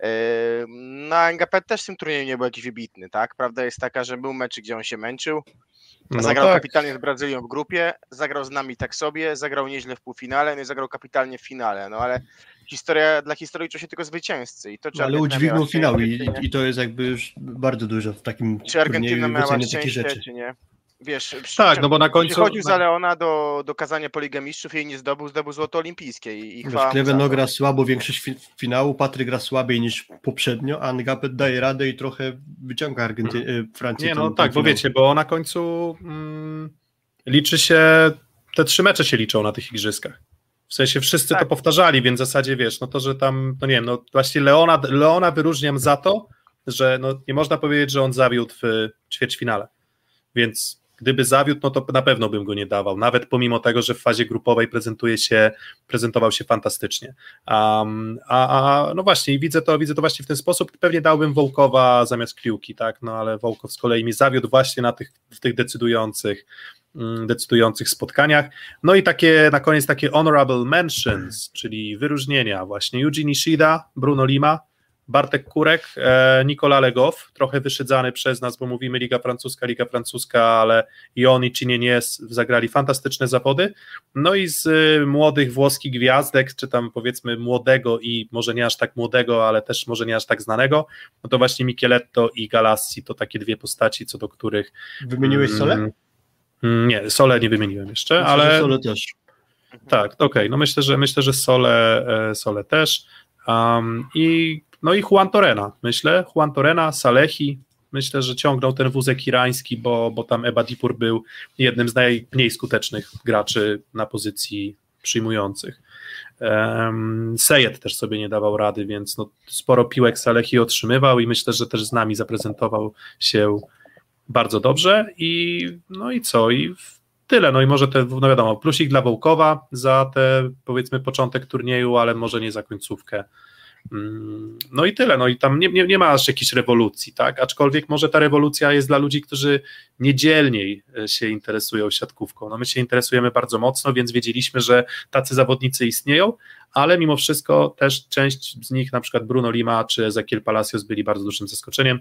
No Ngapet też w tym turnieju nie był jakiś wybitny, tak? Prawda jest taka, że był mecz, gdzie on się męczył. No zagrał tak. kapitalnie z Brazylią w grupie, zagrał z nami tak sobie, zagrał nieźle w półfinale, no i zagrał kapitalnie w finale. No ale historia, dla historii liczą się tylko zwycięzcy. I to, czy ale udźwignął finał i, i to jest jakby już bardzo dużo w takim czy Argentyna miała szczęście, rzeczy. Czy nie? Wiesz, tak, no bo na końcu chodził za Leona do, do kazania poligemistrzów, jej nie zdobył, zdobył złoto olimpijskie. I, i Kleveno gra słabo większość finału, Patry gra słabiej niż poprzednio, a Ngapet daje radę i trochę wyciąga Argenty- hmm. Francję. Nie, no tak, bo wiecie, bo na końcu mm, liczy się, te trzy mecze się liczą na tych igrzyskach. W sensie wszyscy tak to powtarzali, więc w zasadzie wiesz, no to, że tam, no nie wiem, no właśnie Leona, Leona wyróżniam za to, że no nie można powiedzieć, że on zawiódł w ćwierćfinale. Więc gdyby zawiódł, no to na pewno bym go nie dawał, nawet pomimo tego, że w fazie grupowej prezentuje się, prezentował się fantastycznie. Um, a, a no właśnie, widzę to, widzę to właśnie w ten sposób, pewnie dałbym Wołkowa zamiast Kliuki, tak, no ale Wołkow z kolei mi zawiódł właśnie na tych, w tych decydujących, um, decydujących spotkaniach. No i takie, na koniec takie honorable mentions, czyli wyróżnienia, właśnie Yuji Nishida, Bruno Lima, Bartek Kurek, e, Nicolas Legoff, trochę wyszydzany przez nas, bo mówimy Liga Francuska, Liga Francuska, ale i on i Chinienies zagrali fantastyczne zawody. No i z y, młodych włoskich gwiazdek, czy tam powiedzmy młodego i może nie aż tak młodego, ale też może nie aż tak znanego, no to właśnie Micheletto i Galassi to takie dwie postaci, co do których... Wymieniłeś Solę? Mm, nie, Solę nie wymieniłem jeszcze, Myślę, ale... Solę też. Tak, okej, okay. No myślę, że myślę, że Solę, Solę też. Um, i no i Juan Torrena, myślę, Juan Torrena, Salehi, myślę, że ciągnął ten wózek irański, bo, bo tam Ebadipur był jednym z najmniej skutecznych graczy na pozycji przyjmujących. Um, Sejed też sobie nie dawał rady, więc no, sporo piłek Salehi otrzymywał i myślę, że też z nami zaprezentował się bardzo dobrze i no i co, i tyle, no i może te, no wiadomo, plusik dla Wołkowa za te, powiedzmy, początek turnieju, ale może nie za końcówkę. No i tyle, no i tam nie, nie, nie ma aż jakiejś rewolucji, tak, aczkolwiek może ta rewolucja jest dla ludzi, którzy niedzielniej się interesują siatkówką, no my się interesujemy bardzo mocno, więc wiedzieliśmy, że tacy zawodnicy istnieją, ale mimo wszystko też część z nich, na przykład Bruno Lima czy Ezequiel Palacios byli bardzo dużym zaskoczeniem.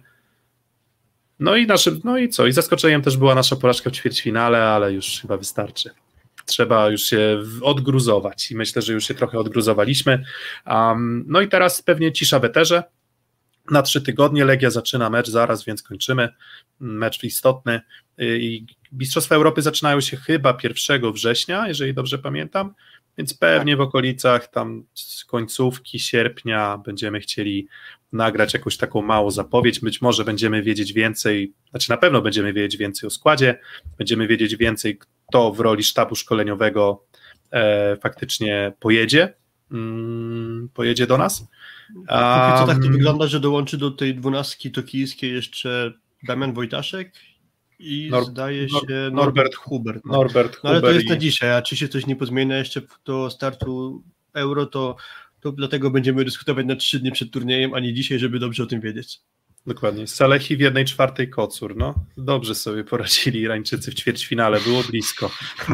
No i naszym, no i co, i zaskoczeniem też była nasza porażka w ćwierćfinale, ale już chyba wystarczy. Trzeba już się odgruzować i myślę, że już się trochę odgruzowaliśmy. Um, no i teraz pewnie cisza w eterze. Na trzy tygodnie Legia zaczyna mecz zaraz, więc kończymy. Mecz istotny. I Mistrzostwa Europy zaczynają się chyba pierwszego września, jeżeli dobrze pamiętam, więc pewnie w okolicach tam końcówki sierpnia będziemy chcieli nagrać jakąś taką małą zapowiedź, być może będziemy wiedzieć więcej, znaczy na pewno będziemy wiedzieć więcej o składzie, będziemy wiedzieć więcej, kto w roli sztabu szkoleniowego e, faktycznie pojedzie, mm, pojedzie do nas. Um, co tak to wygląda, że dołączy do tej dwunastki tokijskiej jeszcze Damian Wojtaszek i Nor- zdaje się Norbert, Norbert Hubert. No. Norbert no ale Huber to jest i... na dzisiaj, a czy się coś nie pozmienia jeszcze do startu Euro, to, to dlatego będziemy dyskutować na trzy dni przed turniejem, a nie dzisiaj, żeby dobrze o tym wiedzieć. Dokładnie. Salehi w jednej czwartej Kocur, no. Dobrze sobie poradzili Irańczycy w ćwierćfinale, było blisko.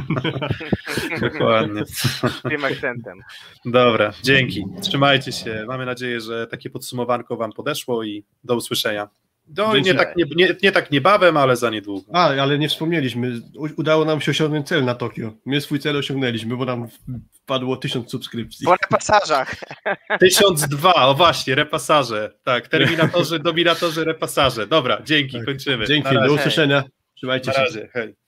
Dokładnie. Tym akcentem. Dobra, dzięki. Trzymajcie się. Mamy nadzieję, że takie podsumowanko wam podeszło i do usłyszenia. No, nie, tak, nie, nie, nie tak niebawem, ale za niedługo. A, ale nie wspomnieliśmy, udało nam się osiągnąć cel na Tokio. My swój cel osiągnęliśmy, bo nam wpadło tysiąc subskrypcji. Po repasażach. Tysiąc dwa, o właśnie, repasarze. Tak, terminatorzy, dominatorzy, repasarze. Dobra, dzięki, tak. kończymy. Dzięki, do usłyszenia. Trzymajcie się. Na razie, hej.